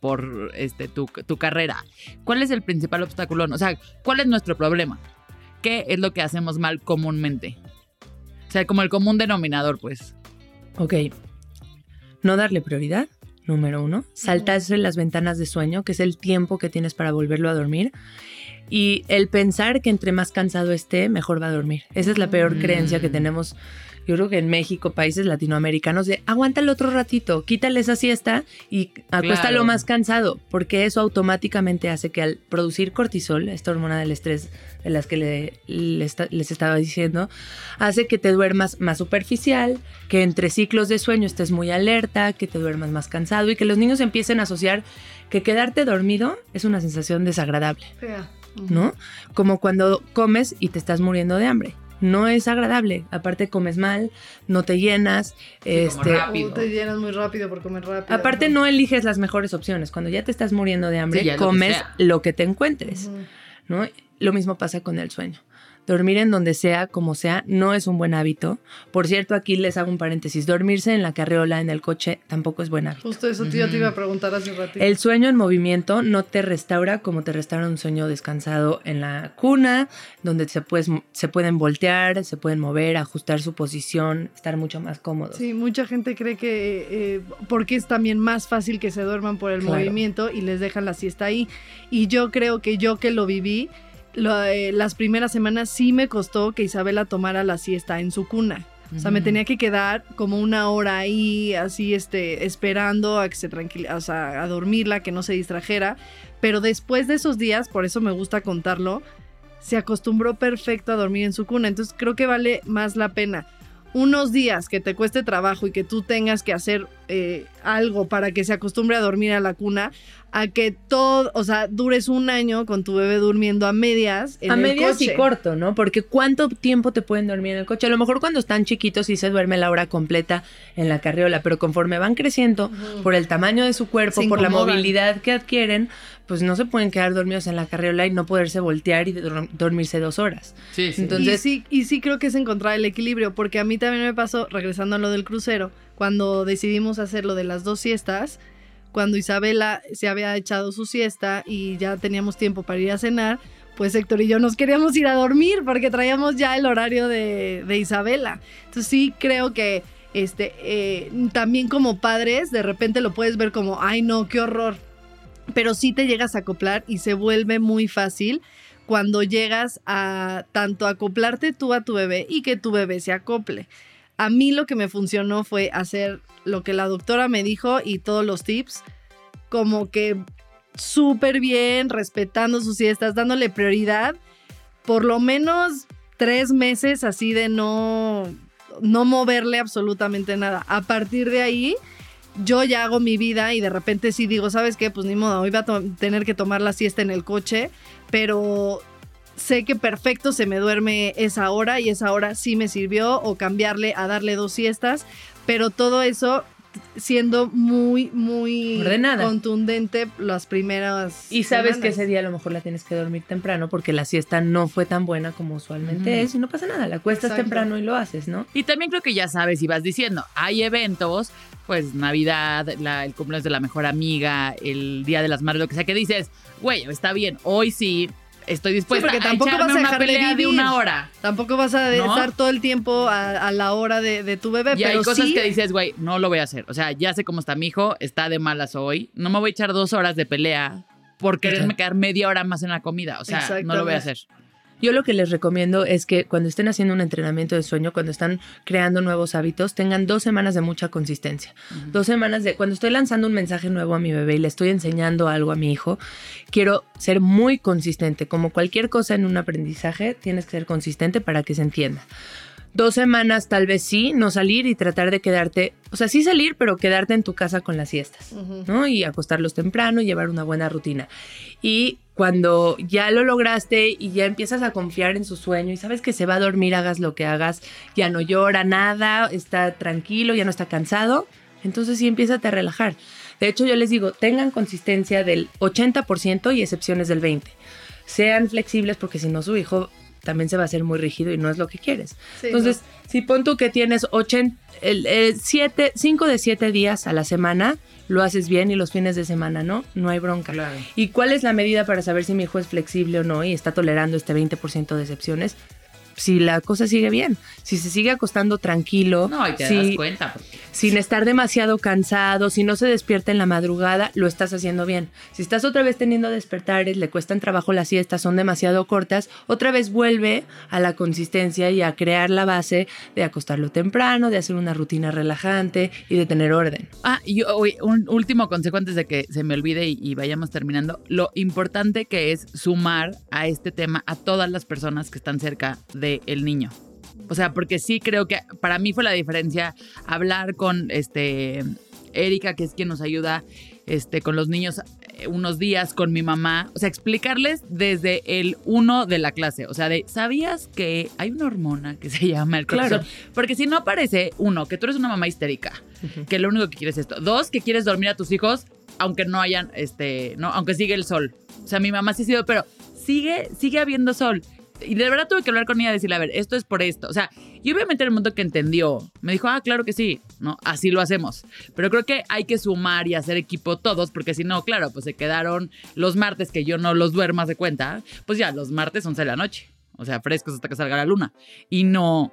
tu carrera, ¿cuál es el principal obstáculo? O sea, ¿cuál es nuestro problema? ¿Qué es lo que hacemos mal comúnmente? O sea, como el común denominador, pues. Ok. No darle prioridad, número 1. Saltarse las ventanas de sueño, que es el tiempo que tienes para volverlo a dormir. Y el pensar que entre más cansado esté, mejor va a dormir. Esa es la peor creencia que tenemos, yo creo que en México, países latinoamericanos, de aguántalo otro ratito, quítale esa siesta y acuéstalo más cansado, porque eso automáticamente hace que al producir cortisol, esta hormona del estrés de las que les estaba diciendo, hace que te duermas más superficial, que entre ciclos de sueño estés muy alerta, que te duermas más cansado y que los niños empiecen a asociar que quedarte dormido es una sensación desagradable. ¿No? Como cuando comes y te estás muriendo de hambre. No es agradable. Aparte comes mal, no te llenas. Como rápido. Te llenas muy rápido por comer rápido. Aparte no eliges las mejores opciones. Cuando ya te estás muriendo de hambre, Sí, comes lo que te encuentres. ¿No? Lo mismo pasa con el sueño. Dormir en donde sea, como sea, no es un buen hábito. Por cierto, aquí les hago un paréntesis. Dormirse en la carriola, en el coche, tampoco es buen hábito. Justo eso yo te iba a preguntar hace un ratito. El sueño en movimiento no te restaura como te restaura un sueño descansado en la cuna, donde se pueden voltear, se pueden mover, ajustar su posición, estar mucho más cómodos. Sí, mucha gente cree que porque es también más fácil que se duerman por el movimiento y les dejan la siesta ahí. Y yo creo que yo que lo viví, las primeras semanas sí me costó que Isabela tomara la siesta en su cuna. O sea, me tenía que quedar como una hora ahí, así, esperando a que se tranquilice, o sea, a dormirla, que no se distrajera. Pero después de esos días, por eso me gusta contarlo, se acostumbró perfecto a dormir en su cuna. Entonces creo que vale más la pena unos días que te cueste trabajo y que tú tengas que hacer algo para que se acostumbre a dormir a la cuna, a que dures un año con tu bebé durmiendo a medias en el medias coche. Y corto, ¿no? Porque ¿cuánto tiempo te pueden dormir en el coche? A lo mejor cuando están chiquitos sí se duerme la hora completa en la carriola, pero conforme van creciendo, por el tamaño de su cuerpo, por la movilidad que adquieren, pues no se pueden quedar dormidos en la carriola y no poderse voltear y dormirse 2 horas. Sí, sí. Entonces, y sí creo que es encontrar el equilibrio, porque a mí también me pasó, regresando a lo del crucero, cuando decidimos hacer lo de las 2 siestas, cuando Isabela se había echado su siesta y ya teníamos tiempo para ir a cenar, pues Héctor y yo nos queríamos ir a dormir porque traíamos ya el horario de Isabela. Entonces sí creo que también como padres de repente lo puedes ver como, ay no, qué horror, pero sí te llegas a acoplar y se vuelve muy fácil cuando llegas a tanto acoplarte tú a tu bebé y que tu bebé se acople. A mí lo que me funcionó fue hacer lo que la doctora me dijo y todos los tips, como que súper bien, respetando sus siestas, dándole prioridad, por lo menos 3 meses así de no moverle absolutamente nada. A partir de ahí, yo ya hago mi vida y de repente sí digo, ¿sabes qué? Pues ni modo, hoy va a tener que tomar la siesta en el coche, pero sé que perfecto se me duerme esa hora y esa hora sí me sirvió, o cambiarle a darle 2 siestas, pero todo eso siendo muy, muy ordenada, contundente las primeras y sabes semanas. que ese día a lo mejor la tienes que dormir temprano porque la siesta no fue tan buena como usualmente es y no pasa nada, la acuestas temprano y lo haces, ¿no? Y también creo que ya sabes y vas diciendo, hay eventos, pues Navidad, el cumpleaños de la mejor amiga, el Día de las Madres, lo que sea, que dices, güey, está bien, hoy sí estoy dispuesta porque tampoco a echarme vas a una dejar de pelea de vivir. una hora. Tampoco vas a estar todo el tiempo a la hora de tu bebé, Y pero hay cosas sí, que dices, güey, no lo voy a hacer. O sea, ya sé cómo está mi hijo, está de malas hoy. No me voy a echar 2 horas de pelea por quererme quedar media hora más en la comida. O sea, no lo voy a hacer. Yo lo que les recomiendo es que cuando estén haciendo un entrenamiento de sueño, cuando están creando nuevos hábitos, tengan 2 semanas de mucha consistencia. 2 semanas de cuando estoy lanzando un mensaje nuevo a mi bebé y le estoy enseñando algo a mi hijo, quiero ser muy consistente. Como cualquier cosa en un aprendizaje, tienes que ser consistente para que se entienda. 2 semanas tal vez sí, no salir y tratar de quedarte, o sea, sí salir, pero quedarte en tu casa con las siestas, ¿no? Y acostarlos temprano, llevar una buena rutina. Y cuando ya lo lograste y ya empiezas a confiar en su sueño y sabes que se va a dormir, hagas lo que hagas, ya no llora nada, está tranquilo, ya no está cansado, entonces sí empiézate a relajar. De hecho, yo les digo, tengan consistencia del 80% y excepciones del 20%. Sean flexibles porque si no su hijo también se va a hacer muy rígido y no es lo que quieres. Sí, entonces, si pon tú que tienes 5 de 7 días a la semana, lo haces bien y los fines de semana no hay bronca. Claro. ¿Y cuál es la medida para saber si mi hijo es flexible o no y está tolerando este 20% de excepciones? Si la cosa sigue bien, si se sigue acostando tranquilo, no, y te das cuenta. Sin estar demasiado cansado, si no se despierta en la madrugada, lo estás haciendo bien. Si estás otra vez teniendo despertares, le cuestan trabajo las siestas, son demasiado cortas, otra vez vuelve a la consistencia y a crear la base de acostarlo temprano, de hacer una rutina relajante y de tener orden. Y un último consejo antes de que se me olvide y vayamos terminando. Lo importante que es sumar a este tema a todas las personas que están cerca del niño. O sea, porque sí creo que para mí fue la diferencia hablar con Erika, que es quien nos ayuda con los niños unos días, con mi mamá. O sea, explicarles desde el 1 de la clase. O sea, ¿sabías que hay una hormona que se llama el cortisol? Claro. Porque si no parece, 1, que tú eres una mamá histérica, que lo único que quieres es esto. 2, que quieres dormir a tus hijos aunque no hayan, aunque sigue el sol. O sea, mi mamá sí ha sido, pero sigue habiendo sol. Y de verdad tuve que hablar con ella y decirle, a ver, esto es por esto. O sea, y obviamente en el momento que entendió, me dijo, claro que sí, ¿no? Así lo hacemos. Pero creo que hay que sumar y hacer equipo todos, porque si no, claro, pues se quedaron los martes que yo no los duermas de cuenta, pues ya, los martes 11 de la noche. O sea, frescos hasta que salga la luna. Y no,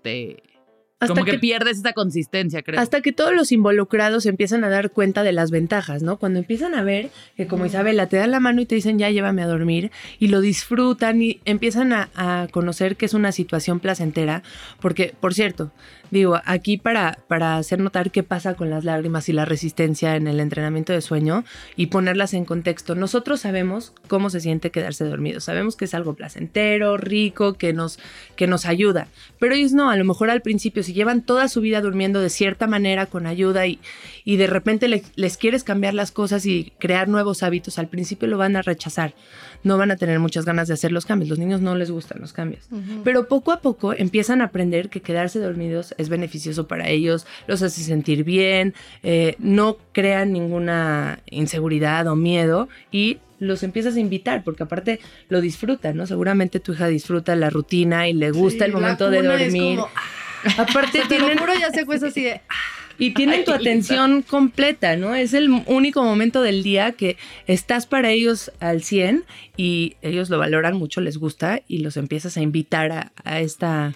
como que pierdes esa consistencia, creo. Hasta que todos los involucrados empiezan a dar cuenta de las ventajas, ¿no? Cuando empiezan a ver que como Isabela te dan la mano y te dicen ya llévame a dormir y lo disfrutan y empiezan a conocer que es una situación placentera. Porque, por cierto, digo, aquí para hacer notar qué pasa con las lágrimas y la resistencia en el entrenamiento de sueño y ponerlas en contexto. Nosotros sabemos cómo se siente quedarse dormido. Sabemos que es algo placentero, rico, que nos ayuda. Pero ellos no, a lo mejor al principio si llevan toda su vida durmiendo de cierta manera con ayuda y de repente les quieres cambiar las cosas y crear nuevos hábitos, al principio lo van a rechazar. No van a tener muchas ganas de hacer los cambios. Los niños no les gustan los cambios. Pero poco a poco empiezan a aprender que quedarse dormidos es beneficioso para ellos, los hace sentir bien, no crean ninguna inseguridad o miedo y los empiezas a invitar, porque aparte lo disfrutan, ¿no? Seguramente tu hija disfruta la rutina y le gusta el momento de dormir. Como, aparte te lo juro, ya se cuesta así de... Y tienen tu atención completa, ¿no? Es el único momento del día que estás para ellos al 100 y ellos lo valoran mucho, les gusta y los empiezas a invitar a esta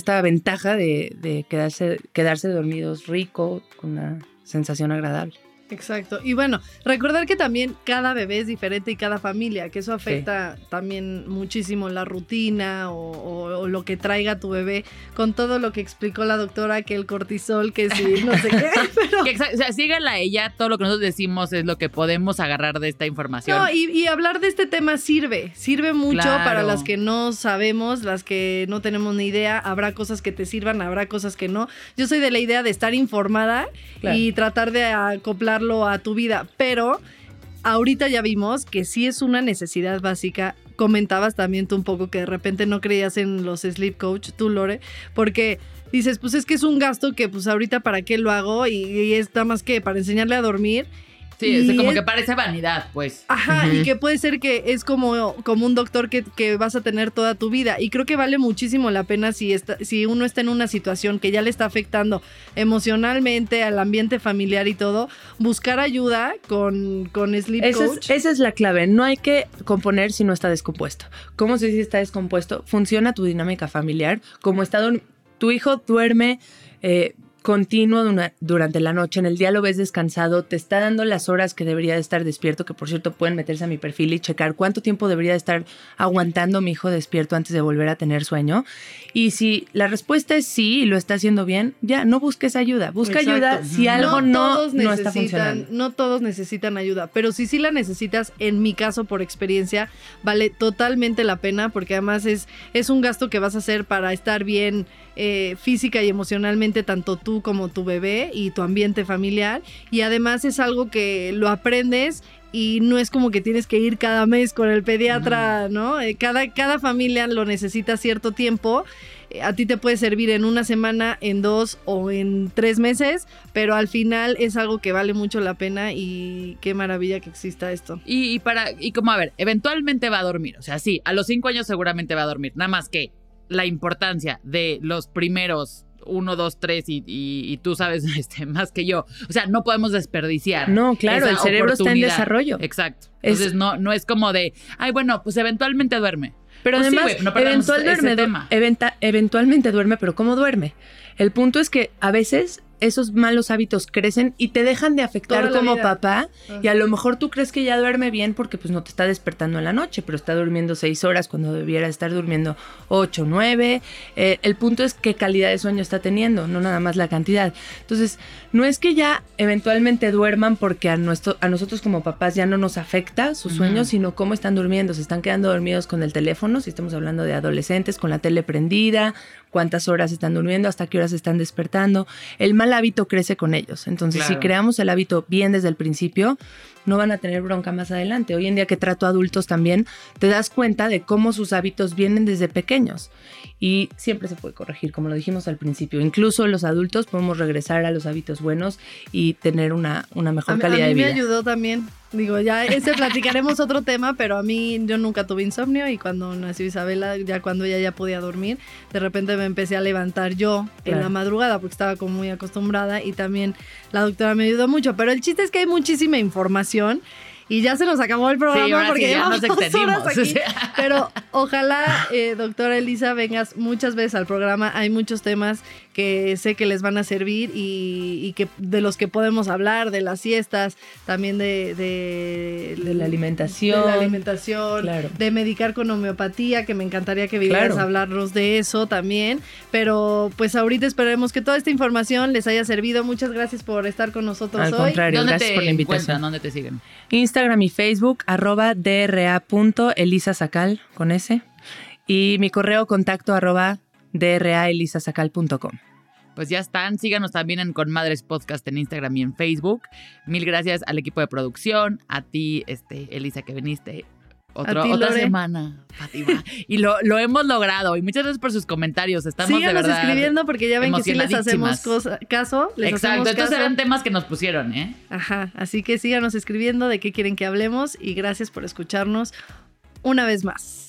ventaja de quedarse dormidos rico, con una sensación agradable. Exacto. Y bueno, recordar que también cada bebé es diferente y cada familia, que eso afecta también muchísimo la rutina o lo que traiga tu bebé, con todo lo que explicó la doctora, que el cortisol, que sí, no sé qué. Pero... O sea, síganla a ella, todo lo que nosotros decimos es lo que podemos agarrar de esta información. No, y hablar de este tema sirve mucho para las que no sabemos, las que no tenemos ni idea. Habrá cosas que te sirvan, habrá cosas que no. Yo soy de la idea de estar informada y tratar de acoplarlo a tu vida, pero ahorita ya vimos que sí es una necesidad básica. Comentabas también tú un poco que de repente no creías en los sleep coach, tú, Lore, porque dices, pues es que es un gasto que pues ahorita para qué lo hago y es nada más que para enseñarle a dormir. Sí, es como que parece vanidad, pues. Ajá, y que puede ser que es como un doctor que vas a tener toda tu vida. Y creo que vale muchísimo la pena si uno está en una situación que ya le está afectando emocionalmente al ambiente familiar y todo, buscar ayuda con Sleep Coach. Esa es la clave. No hay que componer si no está descompuesto. ¿Cómo se dice si está descompuesto? Funciona tu dinámica familiar. Como tu hijo duerme... continuo durante la noche, en el día lo ves descansado, te está dando las horas que debería de estar despierto, que por cierto pueden meterse a mi perfil y checar cuánto tiempo debería de estar aguantando mi hijo despierto antes de volver a tener sueño. Y si la respuesta es sí y lo está haciendo bien, ya no busques ayuda, busca ayuda si algo no está funcionando. No todos necesitan ayuda, pero si sí la necesitas, en mi caso por experiencia, vale totalmente la pena, porque además es un gasto que vas a hacer para estar bien física y emocionalmente, tanto tú como tu bebé y tu ambiente familiar, y además es algo que lo aprendes y no es como que tienes que ir cada mes con el pediatra, ¿no? Cada familia lo necesita cierto tiempo. A ti te puede servir en una semana, en 2 o en 3 meses, pero al final es algo que vale mucho la pena y qué maravilla que exista esto. Y como, a ver, eventualmente va a dormir. O sea, sí, a los 5 años seguramente va a dormir. Nada más que la importancia de los primeros 1, 2, 3 y tú sabes más que yo. O sea, no podemos desperdiciar. No, claro, el cerebro está en desarrollo. Exacto. Entonces no es como de, ay, bueno, pues eventualmente duerme. Pero pues además, sí, no eventualmente duerme, pero ¿cómo duerme? El punto es que a veces esos malos hábitos crecen y te dejan de afectar como papá. Y a lo mejor tú crees que ya duerme bien porque pues no te está despertando en la noche, pero está durmiendo 6 horas cuando debiera estar durmiendo 8, 9. El punto es qué calidad de sueño está teniendo, no nada más la cantidad. Entonces, no es que ya eventualmente duerman porque a nosotros como papás ya no nos afecta su sueño, sino cómo están durmiendo. Se están quedando dormidos con el teléfono, si estamos hablando de adolescentes, con la tele prendida, cuántas horas están durmiendo, hasta qué horas están despertando. El mal hábito crece con ellos. Entonces, si creamos el hábito bien desde el principio, no van a tener bronca más adelante. Hoy en día que trato a adultos también, te das cuenta de cómo sus hábitos vienen desde pequeños. Y siempre se puede corregir, como lo dijimos al principio. Incluso los adultos podemos regresar a los hábitos buenos y tener una mejor calidad de vida. A mí me ayudó también. Digo, ya platicaremos otro tema, pero a mí yo nunca tuve insomnio y cuando nació Isabela, ya cuando ella ya podía dormir, de repente me empecé a levantar yo en la madrugada porque estaba como muy acostumbrada y también la doctora me ayudó mucho. Pero el chiste es que hay muchísima información. Y ya se nos acabó el programa porque ya nos extendimos. Aquí. O sea. Pero ojalá, doctora Elisa, vengas muchas veces al programa. Hay muchos temas que sé que les van a servir y que de los que podemos hablar, de las siestas, también de la alimentación. De la alimentación, de medicar con homeopatía, que me encantaría que vinieras a hablarnos de eso también. Pero pues ahorita esperemos que toda esta información les haya servido. Muchas gracias por estar con nosotros hoy. Al contrario, gracias por la invitación. ¿Dónde te siguen? Instagram y Facebook, @dra.elisasacal con S. Y mi correo contacto @draelisasacal.com. Pues ya están, síganos también en Conmadres Podcast en Instagram y en Facebook. Mil gracias al equipo de producción, a ti, Elisa, que viniste otra semana, Fátima. Y lo hemos logrado. Y muchas gracias por sus comentarios. Estamos síganos de verdad escribiendo porque ya ven que sí les hacemos caso. Exacto, estos eran temas que nos pusieron, ¿eh? Ajá, así que síganos escribiendo de qué quieren que hablemos y gracias por escucharnos una vez más.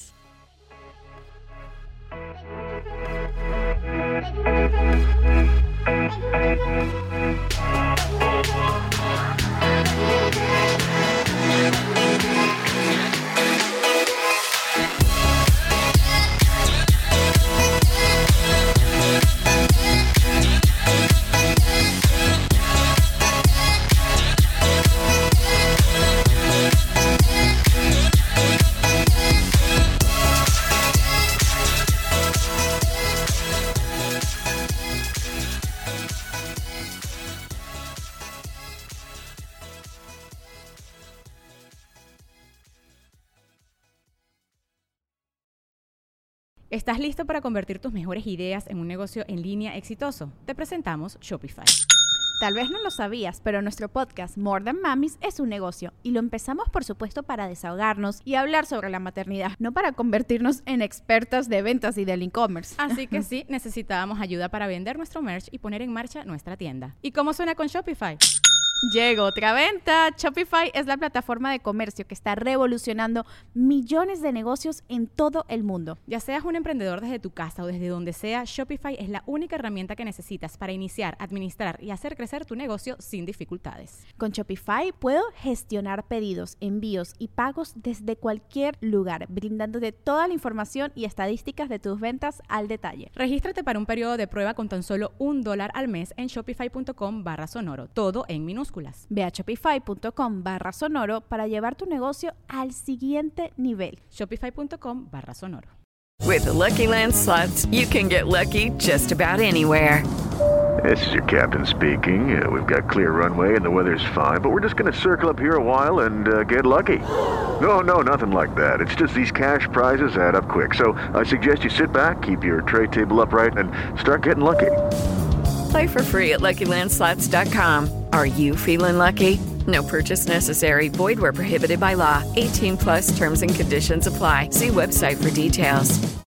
¿Estás listo para convertir tus mejores ideas en un negocio en línea exitoso? Te presentamos Shopify. Tal vez no lo sabías, pero nuestro podcast More Than Mamis es un negocio y lo empezamos por supuesto para desahogarnos y hablar sobre la maternidad, no para convertirnos en expertas de ventas y del e-commerce. Así que sí, necesitábamos ayuda para vender nuestro merch y poner en marcha nuestra tienda. ¿Y cómo suena con Shopify? Llegó otra venta. Shopify es la plataforma de comercio que está revolucionando millones de negocios en todo el mundo. Ya seas un emprendedor desde tu casa o desde donde sea, Shopify es la única herramienta que necesitas para iniciar, administrar y hacer crecer tu negocio sin dificultades. Con Shopify puedo gestionar pedidos, envíos y pagos desde cualquier lugar, brindándote toda la información y estadísticas de tus ventas al detalle. Regístrate para un periodo de prueba con tan solo $1 al mes en shopify.com/sonoro, todo en minúsculas. Ve a shopify.com/sonoro para llevar tu negocio al siguiente nivel. Shopify.com/sonoro. With the Lucky Land Slots, you can get lucky just about anywhere. This is your captain speaking. We've got clear runway and the weather's fine, but we're just going to circle up here a while and get lucky. No, nothing like that. It's just these cash prizes add up quick. So I suggest you sit back, keep your tray table upright, and start getting lucky. Play for free at LuckyLandSlots.com. Are you feeling lucky? No purchase necessary. Void where prohibited by law. 18+ terms and conditions apply. See website for details.